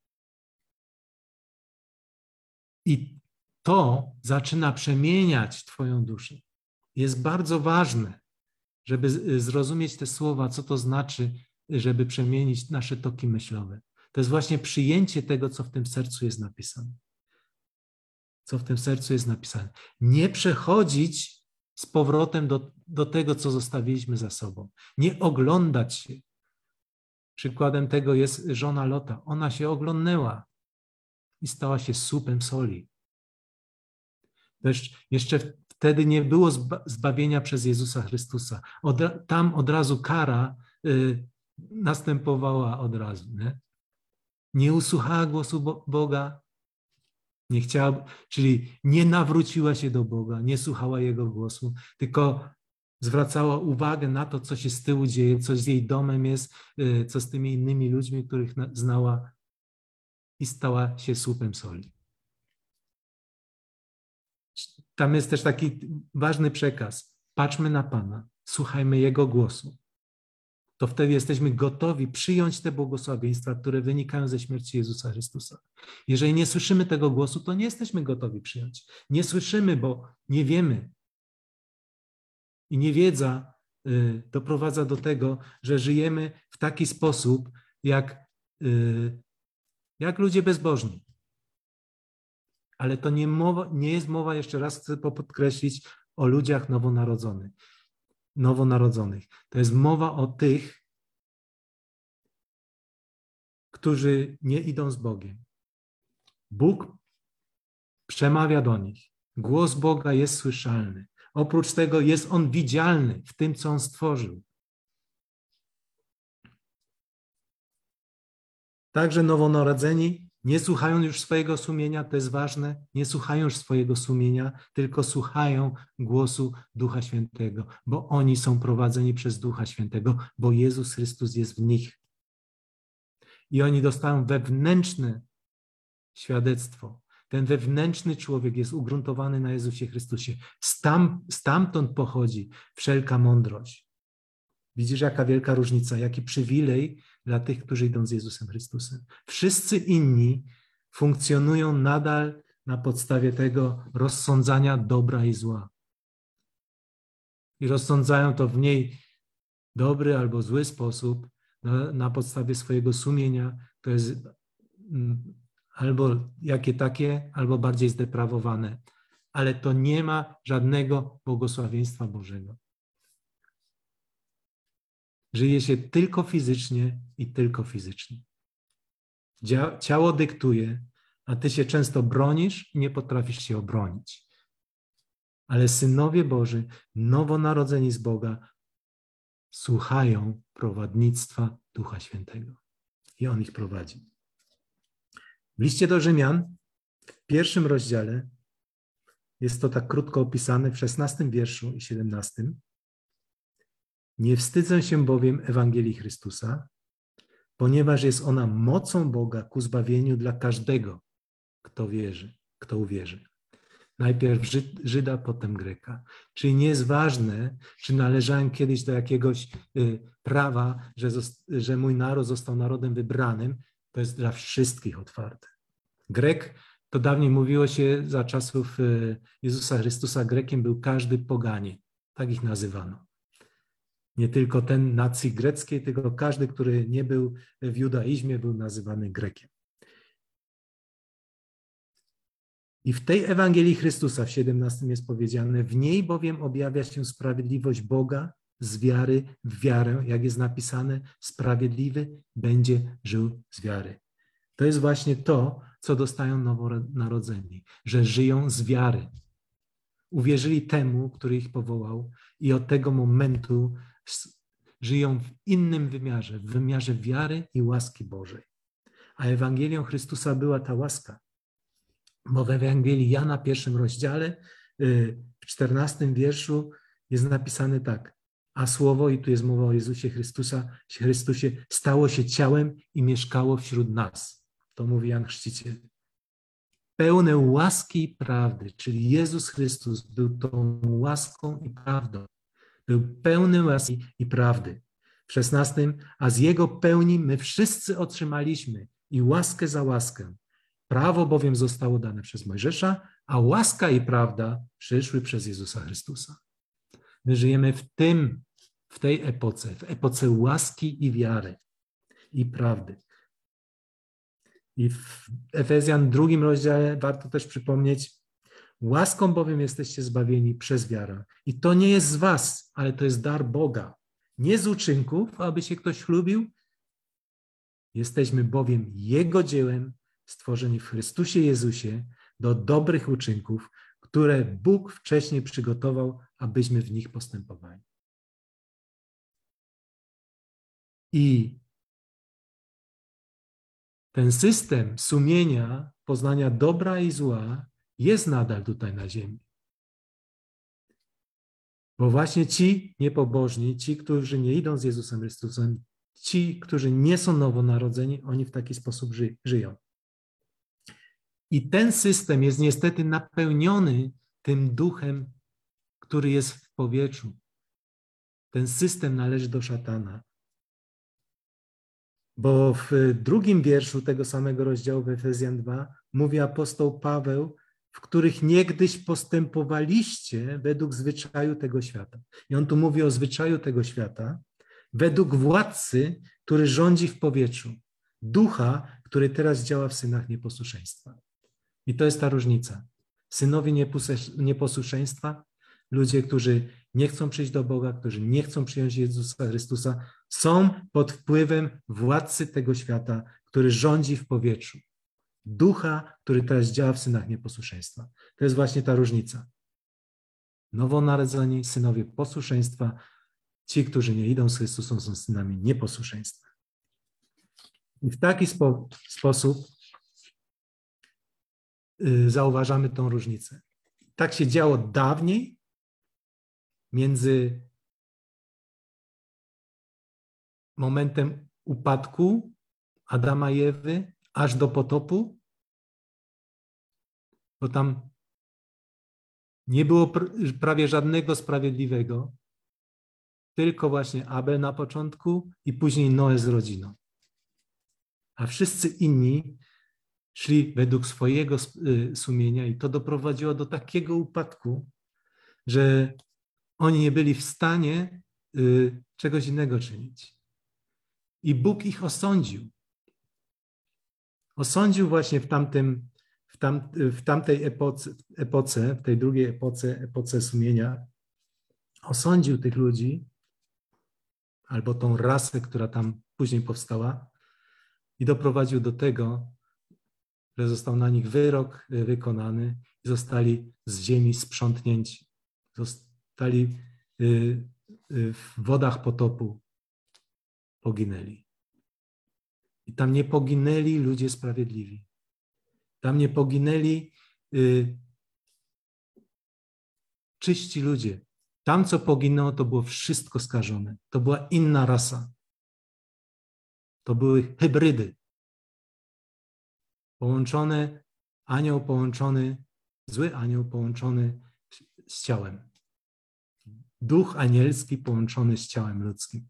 Speaker 1: I to zaczyna przemieniać twoją duszę. Jest bardzo ważne, żeby zrozumieć te słowa, co to znaczy, żeby przemienić nasze toki myślowe. To jest właśnie przyjęcie tego, co w tym sercu jest napisane. Co w tym sercu jest napisane. Nie przechodzić z powrotem do tego, co zostawiliśmy za sobą. Nie oglądać się. Przykładem tego jest żona Lota. Ona się oglądnęła i stała się słupem soli. Jeszcze wtedy nie było zbawienia przez Jezusa Chrystusa. Tam od razu kara następowała od razu. Nie usłuchała głosu Boga, nie chciała, czyli nie nawróciła się do Boga, nie słuchała Jego głosu, tylko zwracała uwagę na to, co się z tyłu dzieje, co z jej domem jest, co z tymi innymi ludźmi, których znała, i stała się słupem soli. Tam jest też taki ważny przekaz. Patrzmy na Pana, słuchajmy Jego głosu. To wtedy jesteśmy gotowi przyjąć te błogosławieństwa, które wynikają ze śmierci Jezusa Chrystusa. Jeżeli nie słyszymy tego głosu, to nie jesteśmy gotowi przyjąć. Nie słyszymy, bo nie wiemy. I niewiedza doprowadza do tego, że żyjemy w taki sposób, jak ludzie bezbożni. Ale to nie jest mowa, jeszcze raz chcę podkreślić, o ludziach nowonarodzonych. To jest mowa o tych, którzy nie idą z Bogiem. Bóg przemawia do nich. Głos Boga jest słyszalny. Oprócz tego jest On widzialny w tym, co On stworzył. Także nowonarodzeni nie słuchają już swojego sumienia, to jest ważne, nie słuchają już swojego sumienia, tylko słuchają głosu Ducha Świętego, bo oni są prowadzeni przez Ducha Świętego, bo Jezus Chrystus jest w nich. I oni dostają wewnętrzne świadectwo. Ten wewnętrzny człowiek jest ugruntowany na Jezusie Chrystusie. Stamtąd pochodzi wszelka mądrość. Widzisz, jaka wielka różnica, jaki przywilej dla tych, którzy idą z Jezusem Chrystusem. Wszyscy inni funkcjonują nadal na podstawie tego rozsądzania dobra i zła. I rozsądzają to w mniej dobry albo zły sposób, na podstawie swojego sumienia. To jest albo jakie takie, albo bardziej zdeprawowane. Ale to nie ma żadnego błogosławieństwa Bożego. Żyje się tylko fizycznie i tylko fizycznie. Ciało dyktuje, a ty się często bronisz i nie potrafisz się obronić. Ale synowie Boży, nowonarodzeni z Boga, słuchają prowadnictwa Ducha Świętego. I On ich prowadzi. W liście do Rzymian, w 1 rozdziale, jest to tak krótko opisane w 16 wierszu i 17. Nie wstydzę się bowiem Ewangelii Chrystusa, ponieważ jest ona mocą Boga ku zbawieniu dla każdego, kto uwierzy. Najpierw Żyda, potem Greka. Czyli nie jest ważne, czy należałem kiedyś do jakiegoś prawa, że mój naród został narodem wybranym. To jest dla wszystkich otwarte. Grek, to dawniej mówiło się za czasów Jezusa Chrystusa, Grekiem był każdy poganin. Tak ich nazywano. Nie tylko ten nacji greckiej, tylko każdy, który nie był w judaizmie, był nazywany Grekiem. I w tej Ewangelii Chrystusa w 17 jest powiedziane, w niej bowiem objawia się sprawiedliwość Boga z wiary w wiarę, jak jest napisane, sprawiedliwy będzie żył z wiary. To jest właśnie to, co dostają nowonarodzeni, że żyją z wiary. Uwierzyli temu, który ich powołał i od tego momentu żyją w innym wymiarze, w wymiarze wiary i łaski Bożej. A Ewangelią Chrystusa była ta łaska. Bo w Ewangelii Jana, 1 rozdziale, w 14 wierszu jest napisane tak. A Słowo, i tu jest mowa o Jezusie Chrystusie, stało się ciałem i mieszkało wśród nas. To mówi Jan Chrzciciel. Pełne łaski i prawdy, czyli Jezus Chrystus był tą łaską i prawdą. Był pełny łaski i prawdy. W 16, a z Jego pełni my wszyscy otrzymaliśmy i łaskę za łaskę. Prawo bowiem zostało dane przez Mojżesza, a łaska i prawda przyszły przez Jezusa Chrystusa. My żyjemy w tej epoce, w epoce łaski i wiary i prawdy. I w Efezjan 2 rozdziale warto też przypomnieć, łaską bowiem jesteście zbawieni przez wiarę. I to nie jest z was, ale to jest dar Boga. Nie z uczynków, aby się ktoś chlubił. Jesteśmy bowiem Jego dziełem, stworzeni w Chrystusie Jezusie do dobrych uczynków, które Bóg wcześniej przygotował, abyśmy w nich postępowali. I ten system sumienia, poznania dobra i zła jest nadal tutaj na ziemi. Bo właśnie ci niepobożni, ci, którzy nie idą z Jezusem Chrystusem, ci, którzy nie są nowonarodzeni, oni w taki sposób żyją. I ten system jest niestety napełniony tym duchem, który jest w powietrzu. Ten system należy do szatana. Bo w 2 wierszu tego samego rozdziału w Efezjan 2 mówi apostoł Paweł, w których niegdyś postępowaliście według zwyczaju tego świata. I on tu mówi o zwyczaju tego świata, według władcy, który rządzi w powietrzu. Ducha, który teraz działa w synach nieposłuszeństwa. I to jest ta różnica. Synowie nieposłuszeństwa, ludzie, którzy nie chcą przyjść do Boga, którzy nie chcą przyjąć Jezusa Chrystusa, są pod wpływem władcy tego świata, który rządzi w powietrzu. Ducha, który teraz działa w synach nieposłuszeństwa. To jest właśnie ta różnica. Nowonarodzeni synowie posłuszeństwa, ci, którzy nie idą z Chrystusem, są synami nieposłuszeństwa. I w taki sposób zauważamy tą różnicę. Tak się działo dawniej między momentem upadku Adama i Ewy aż do potopu, bo tam nie było prawie żadnego sprawiedliwego, tylko właśnie Abel na początku i później Noe z rodziną. A wszyscy inni szli według swojego sumienia i to doprowadziło do takiego upadku, że oni nie byli w stanie czegoś innego czynić. I Bóg ich osądził. Osądził właśnie w tamtej epoce, w tej drugiej epoce sumienia, osądził tych ludzi, albo tą rasę, która tam później powstała i doprowadził do tego, że został na nich wyrok wykonany i zostali z ziemi sprzątnięci. Zostali w wodach potopu, poginęli. I tam nie poginęli ludzie sprawiedliwi. Tam nie poginęli czyści ludzie. Tam, co poginęło, to było wszystko skażone. To była inna rasa. To były hybrydy. Zły anioł połączony z ciałem. Duch anielski połączony z ciałem ludzkim.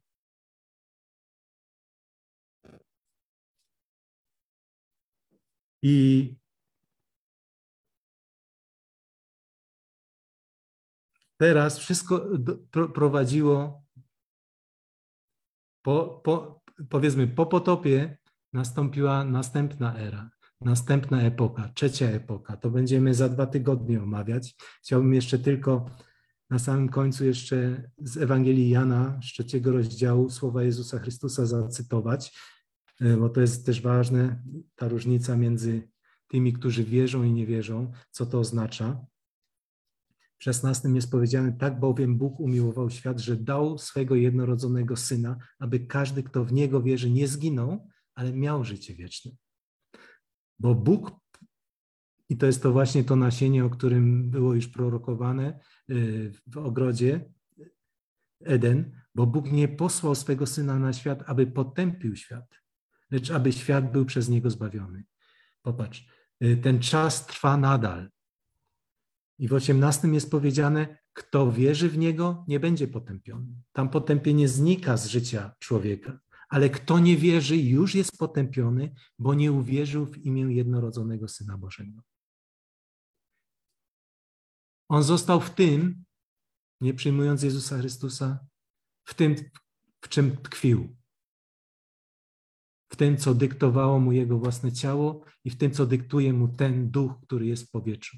Speaker 1: I teraz wszystko prowadziło, powiedzmy, po potopie nastąpiła następna era, następna epoka, trzecia epoka. To będziemy za 2 tygodnie omawiać. Chciałbym jeszcze tylko na samym końcu jeszcze z Ewangelii Jana, z 3 rozdziału, słowa Jezusa Chrystusa zacytować, bo to jest też ważne, ta różnica między tymi, którzy wierzą i nie wierzą, co to oznacza. W 16 jest powiedziane: tak bowiem Bóg umiłował świat, że dał swego jednorodzonego Syna, aby każdy, kto w Niego wierzy, nie zginął, ale miał życie wieczne. Bo Bóg, i to jest to właśnie to nasienie, o którym było już prorokowane w ogrodzie Eden, bo Bóg nie posłał swego Syna na świat, aby potępił świat, lecz aby świat był przez Niego zbawiony. Popatrz, ten czas trwa nadal. I w 18 jest powiedziane: kto wierzy w Niego, nie będzie potępiony. Tam potępienie znika z życia człowieka, ale kto nie wierzy, już jest potępiony, bo nie uwierzył w imię jednorodzonego Syna Bożego. On został w tym, nie przyjmując Jezusa Chrystusa, w tym, w czym tkwił. W tym, co dyktowało mu jego własne ciało i w tym, co dyktuje mu ten duch, który jest w powietrzu.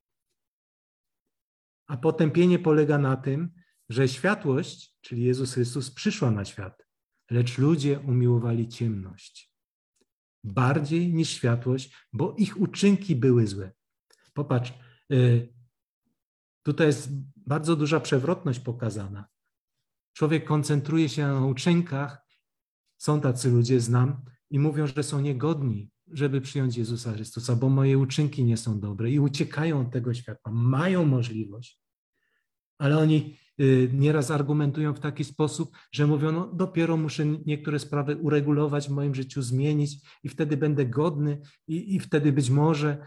Speaker 1: A potępienie polega na tym, że światłość, czyli Jezus Chrystus, przyszła na świat, lecz ludzie umiłowali ciemność bardziej niż światłość, bo ich uczynki były złe. Popatrz, tutaj jest bardzo duża przewrotność pokazana. Człowiek koncentruje się na uczynkach, są tacy ludzie, znam, i mówią, że są niegodni, żeby przyjąć Jezusa Chrystusa, bo moje uczynki nie są dobre i uciekają od tego światła. Mają możliwość, ale oni nieraz argumentują w taki sposób, że mówią: no dopiero muszę niektóre sprawy uregulować w moim życiu, zmienić i wtedy będę godny i wtedy być może.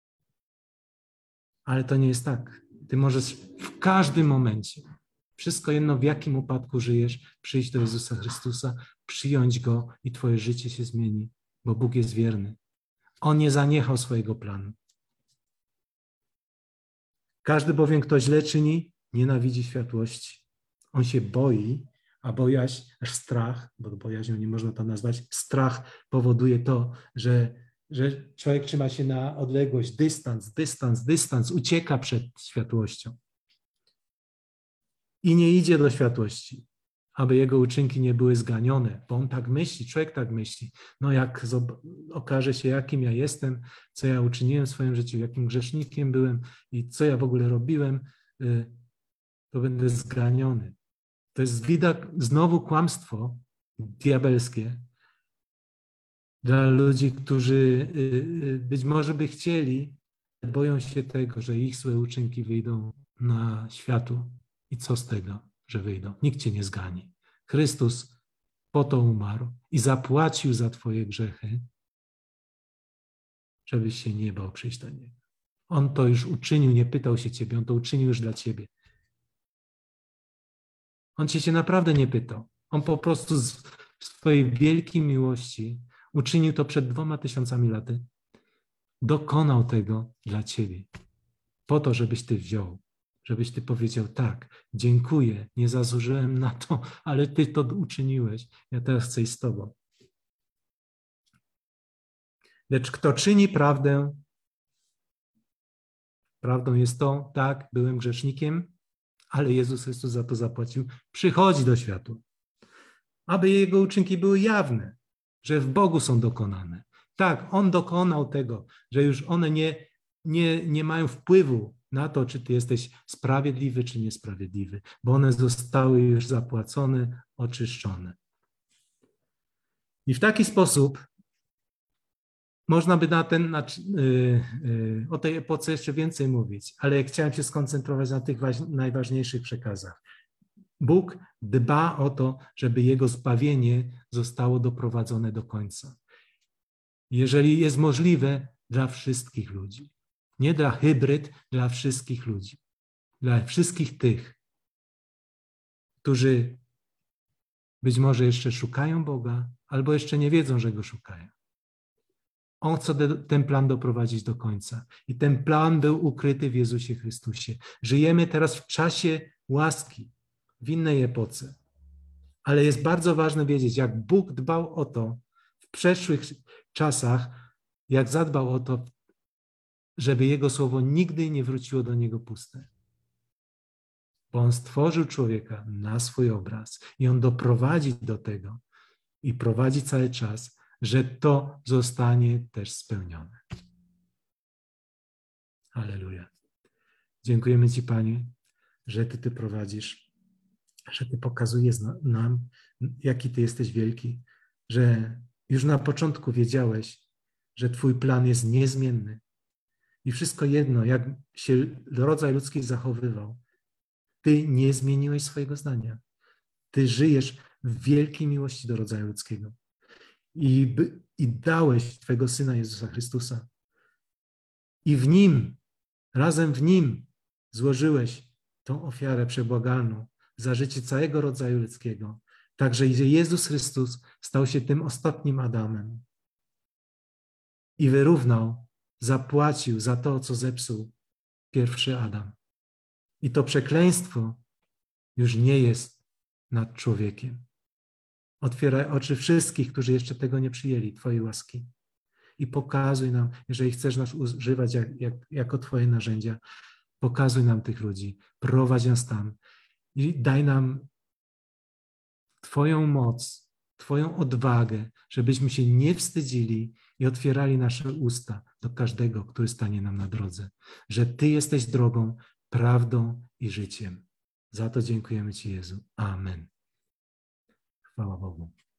Speaker 1: Ale to nie jest tak. Ty możesz w każdym momencie, wszystko jedno w jakim upadku żyjesz, przyjść do Jezusa Chrystusa, przyjąć Go i twoje życie się zmieni, bo Bóg jest wierny. On nie zaniechał swojego planu. Każdy bowiem, kto źle czyni, nienawidzi światłości. On się boi, a bojaźń, aż strach, bo bojaźnią nie można to nazwać, strach powoduje to, że człowiek trzyma się na odległość, dystans, ucieka przed światłością. I nie idzie do światłości, aby jego uczynki nie były zganione, bo on tak myśli, człowiek tak myśli. No jak okaże się, jakim ja jestem, co ja uczyniłem w swoim życiu, jakim grzesznikiem byłem i co ja w ogóle robiłem, to będę zganiony. To jest widać znowu kłamstwo diabelskie, Dla ludzi, którzy być może by chcieli, boją się tego, że ich złe uczynki wyjdą na światło. I co z tego, że wyjdą? Nikt cię nie zgani. Chrystus po to umarł i zapłacił za twoje grzechy, żebyś się nie bał przyjść do Niego. On to już uczynił, nie pytał się ciebie, On to uczynił już dla ciebie. On cię naprawdę nie pytał. On po prostu z swojej wielkiej miłości uczynił to przed 2000 laty. Dokonał tego dla ciebie. Po to, żebyś ty wziął. Żebyś ty powiedział, tak, dziękuję, nie zasłużyłem na to, ale ty to uczyniłeś. Ja teraz chcę iść z tobą. Lecz kto czyni prawdę, prawdą jest to, tak, byłem grzesznikiem, ale Jezus Chrystus za to zapłacił, przychodzi do światła, aby Jego uczynki były jawne, że w Bogu są dokonane. Tak, On dokonał tego, że już one nie mają wpływu na to, czy ty jesteś sprawiedliwy, czy niesprawiedliwy, bo one zostały już zapłacone, oczyszczone. I w taki sposób można by o tej epoce jeszcze więcej mówić, ale chciałem się skoncentrować na tych najważniejszych przekazach. Bóg dba o to, żeby Jego zbawienie zostało doprowadzone do końca. Jeżeli jest możliwe, dla wszystkich ludzi. Nie dla hybryd, dla wszystkich ludzi. Dla wszystkich tych, którzy być może jeszcze szukają Boga, albo jeszcze nie wiedzą, że Go szukają. On chce ten plan doprowadzić do końca. I ten plan był ukryty w Jezusie Chrystusie. Żyjemy teraz w czasie łaski, w innej epoce. Ale jest bardzo ważne wiedzieć, jak Bóg dbał o to w przeszłych czasach, jak zadbał o to, żeby Jego słowo nigdy nie wróciło do Niego puste. Bo On stworzył człowieka na swój obraz i On doprowadzi do tego i prowadzi cały czas, że to zostanie też spełnione. Halleluja. Dziękujemy Ci, Panie, że Ty prowadzisz, że Ty pokazujesz nam, jaki Ty jesteś wielki, że już na początku wiedziałeś, że Twój plan jest niezmienny i wszystko jedno, jak się rodzaj ludzki zachowywał, Ty nie zmieniłeś swojego zdania. Ty żyjesz w wielkiej miłości do rodzaju ludzkiego. I dałeś Twego Syna Jezusa Chrystusa. I w Nim, razem w Nim złożyłeś tą ofiarę przebłagalną za życie całego rodzaju ludzkiego. Także Jezus Chrystus stał się tym ostatnim Adamem i wyrównał, zapłacił za to, co zepsuł pierwszy Adam. I to przekleństwo już nie jest nad człowiekiem. Otwieraj oczy wszystkich, którzy jeszcze tego nie przyjęli, Twojej łaski. I pokazuj nam, jeżeli chcesz nas używać jako Twoje narzędzia, pokazuj nam tych ludzi, prowadź nas tam i daj nam Twoją moc, Twoją odwagę, żebyśmy się nie wstydzili i otwierali nasze usta do każdego, który stanie nam na drodze. Że Ty jesteś drogą, prawdą i życiem. Za to dziękujemy Ci, Jezu. Amen. Chwała Bogu.